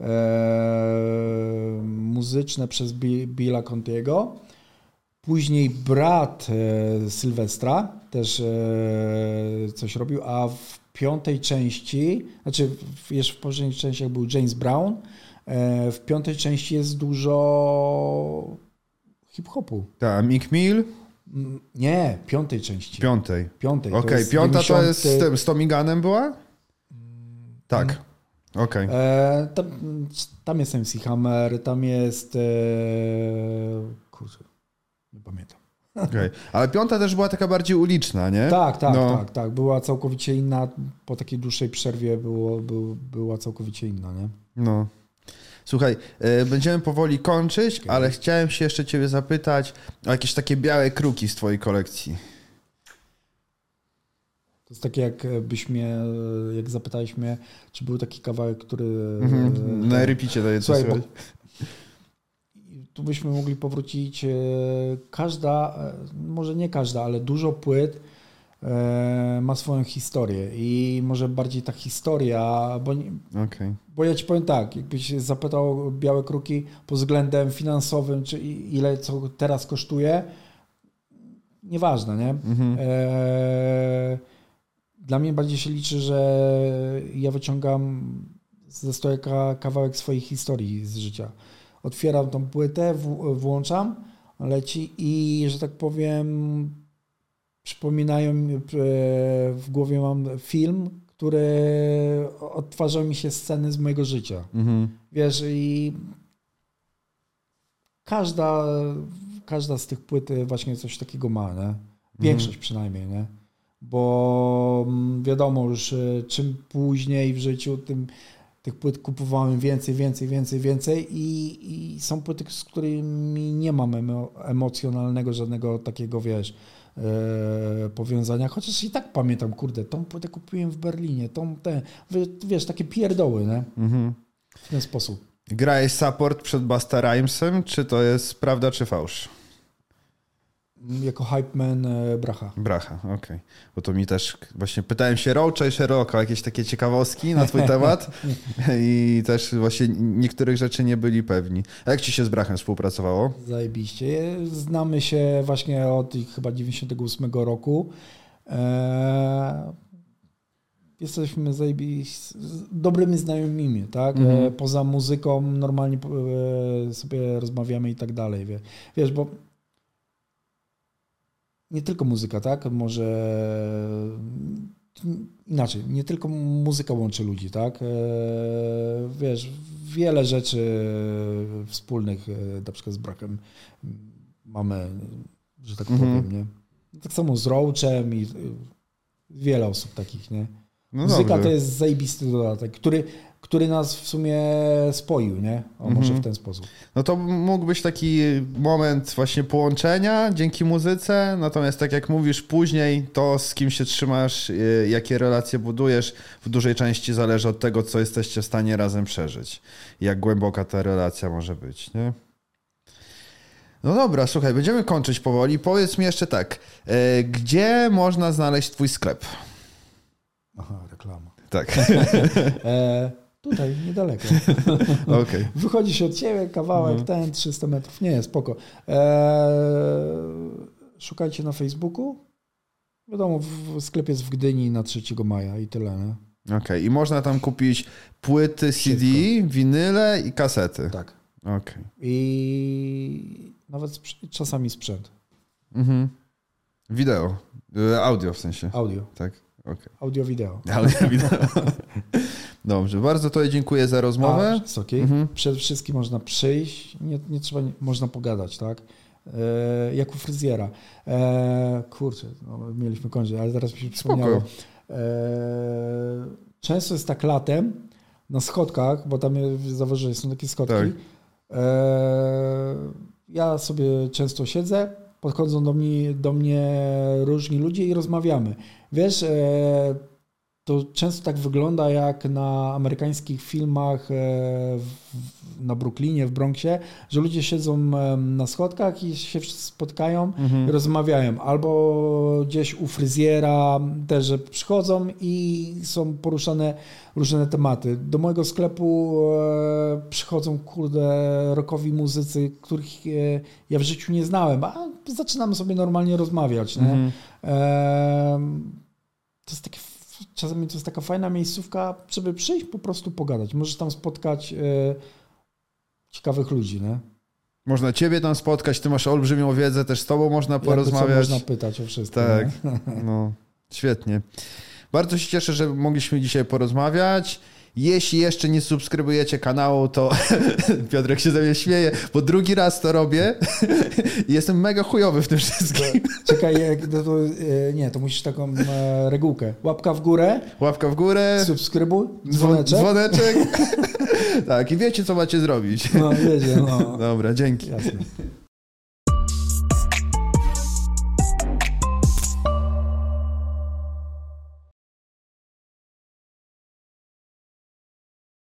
e, muzyczne przez Billa Contiego. Później brat e, Sylwestra też e, coś robił, a w piątej części, znaczy w, jeszcze w poprzednich częściach był James Brown, w piątej części jest dużo hip-hopu. Tak, Meek Mill? Nie, piątej części. Piątej. Piątej. Okej, okay, piąta dziewięćdziesiąty... to jest z tym, z Tommy Gunnem była? Tak. Okej. Okay. E, tam, tam jest M C Hammer, tam jest... E, kurczę, nie pamiętam. Okay. Ale piąta też była taka bardziej uliczna, nie? Tak, tak, no. tak, tak. Była całkowicie inna. Po takiej dłuższej przerwie było, był, była całkowicie inna, nie? No. Słuchaj, y, będziemy powoli kończyć, okay. ale chciałem się jeszcze ciebie zapytać o jakieś takie białe kruki z twojej kolekcji. To jest takie, jakbyś mnie, jak zapytałeś mnie, czy był taki kawałek, który... Mm-hmm. Na tak, repeacie daje to słuchaj, tu byśmy mogli powrócić. Każda, może nie każda, ale dużo płyt ma swoją historię i może bardziej ta historia, bo, nie, okay. bo ja ci powiem tak, jakbyś zapytał Białe Kruki pod względem finansowym, czy ile co teraz kosztuje, nieważne, nie? Mm-hmm. E, dla mnie bardziej się liczy, że ja wyciągam ze stojaka kawałek swojej historii z życia. Otwieram tą płytę, w, włączam, leci i, że tak powiem, przypominają mi, w głowie mam film, który odtwarza mi się sceny z mojego życia. Mhm. Wiesz, i każda, każda z tych płyt właśnie coś takiego ma, nie? Większość mhm. przynajmniej, nie? Bo wiadomo już, czym później w życiu, tym tych płyt kupowałem więcej, więcej, więcej, więcej i, i są płyty, z którymi nie mam emocjonalnego żadnego takiego, wiesz, e, powiązania, chociaż i tak pamiętam, kurde, tą płytę kupiłem w Berlinie, tą, te, wiesz, takie pierdoły, nie? Mhm. W ten sposób. Grałeś support przed Busta Rhymesem, czy to jest prawda, czy fałsz? Jako hype man Bracha. Bracha, okej. Okay. Bo to mi też właśnie pytałem się Roacha i Sherlocka o jakieś takie ciekawostki na twój temat i też właśnie niektórych rzeczy nie byli pewni. A jak ci się z Brachem współpracowało? Zajebiście. Znamy się właśnie od chyba dziewięćdziesiątego ósmego roku. Eee, jesteśmy zajebiście dobrymi znajomymi, tak? Mhm. Poza muzyką normalnie sobie rozmawiamy i tak dalej. Wiesz, bo nie tylko muzyka, tak? Może inaczej, nie tylko muzyka łączy ludzi, tak? Wiesz, wiele rzeczy wspólnych, na przykład z Brachem mamy, że tak powiem, mm-hmm. nie? Tak samo z Roachem i wiele osób takich, nie? No muzyka dobrze. To jest zajebisty dodatek, który, który nas w sumie spoił, nie? O, może mm-hmm. w ten sposób. No to mógł być taki moment właśnie połączenia dzięki muzyce, natomiast tak jak mówisz później, to z kim się trzymasz, jakie relacje budujesz, w dużej części zależy od tego, co jesteście w stanie razem przeżyć. Jak głęboka ta relacja może być, nie? No dobra, słuchaj, będziemy kończyć powoli. Powiedz mi jeszcze tak, gdzie można znaleźć twój sklep? Aha, reklama. Tak. e, tutaj, niedaleko. Okay. Wychodzi się od ciebie, kawałek, mhm. ten, trzysta metrów. Nie, spoko. E, szukajcie na Facebooku. Wiadomo, w sklepie jest w Gdyni na trzeciego maja i tyle, nie? Okej, okay. I można tam kupić płyty C D, Wszystko. winyle i kasety. Tak. Okej. Okay. I nawet sprz- czasami sprzęt. Mhm. Wideo. Audio w sensie. Audio. Tak. Okay. Audio, wideo. Audio, wideo. Dobrze, bardzo Tobie dziękuję za rozmowę. A, jest okay. mhm. Przede wszystkim można przyjść, nie, nie trzeba, nie, można pogadać, tak? E, jak u fryzjera. E, kurczę, no, mieliśmy kończyć, ale teraz mi się przypomniało. E, często jest tak latem na schodkach, bo tam zauważyłem, że są takie schodki. Tak. E, ja sobie często siedzę, podchodzą do mnie, do mnie różni ludzie i rozmawiamy. Wiesz, to często tak wygląda jak na amerykańskich filmach na Brooklynie, w Bronxie, że ludzie siedzą na schodkach i się spotkają mhm. i rozmawiają. Albo gdzieś u fryzjera też, że przychodzą i są poruszane różne tematy. Do mojego sklepu przychodzą, kurde, rockowi muzycy, których ja w życiu nie znałem, a zaczynamy sobie normalnie rozmawiać. Nie? Mhm. To jest takie czasami to jest taka fajna miejscówka, żeby przyjść, po prostu pogadać. Możesz tam spotkać e, ciekawych ludzi, nie? Można ciebie tam spotkać, ty masz olbrzymią wiedzę, też z tobą można porozmawiać. Jakby co, można pytać o wszystko. Tak, nie? no świetnie. Bardzo się cieszę, że mogliśmy dzisiaj porozmawiać. Jeśli jeszcze nie subskrybujecie kanału, to Piotrek się ze mnie śmieje, bo drugi raz to robię i jestem mega chujowy w tym wszystkim. Czekaj, jak, to, to, nie, to musisz taką e, regułkę. Łapka w górę. Łapka w górę. Subskrybuj. Dzwoneczek. Dzwoneczek. Tak, i wiecie, co macie zrobić. No, wiecie, no. Dobra, dzięki. Jasne.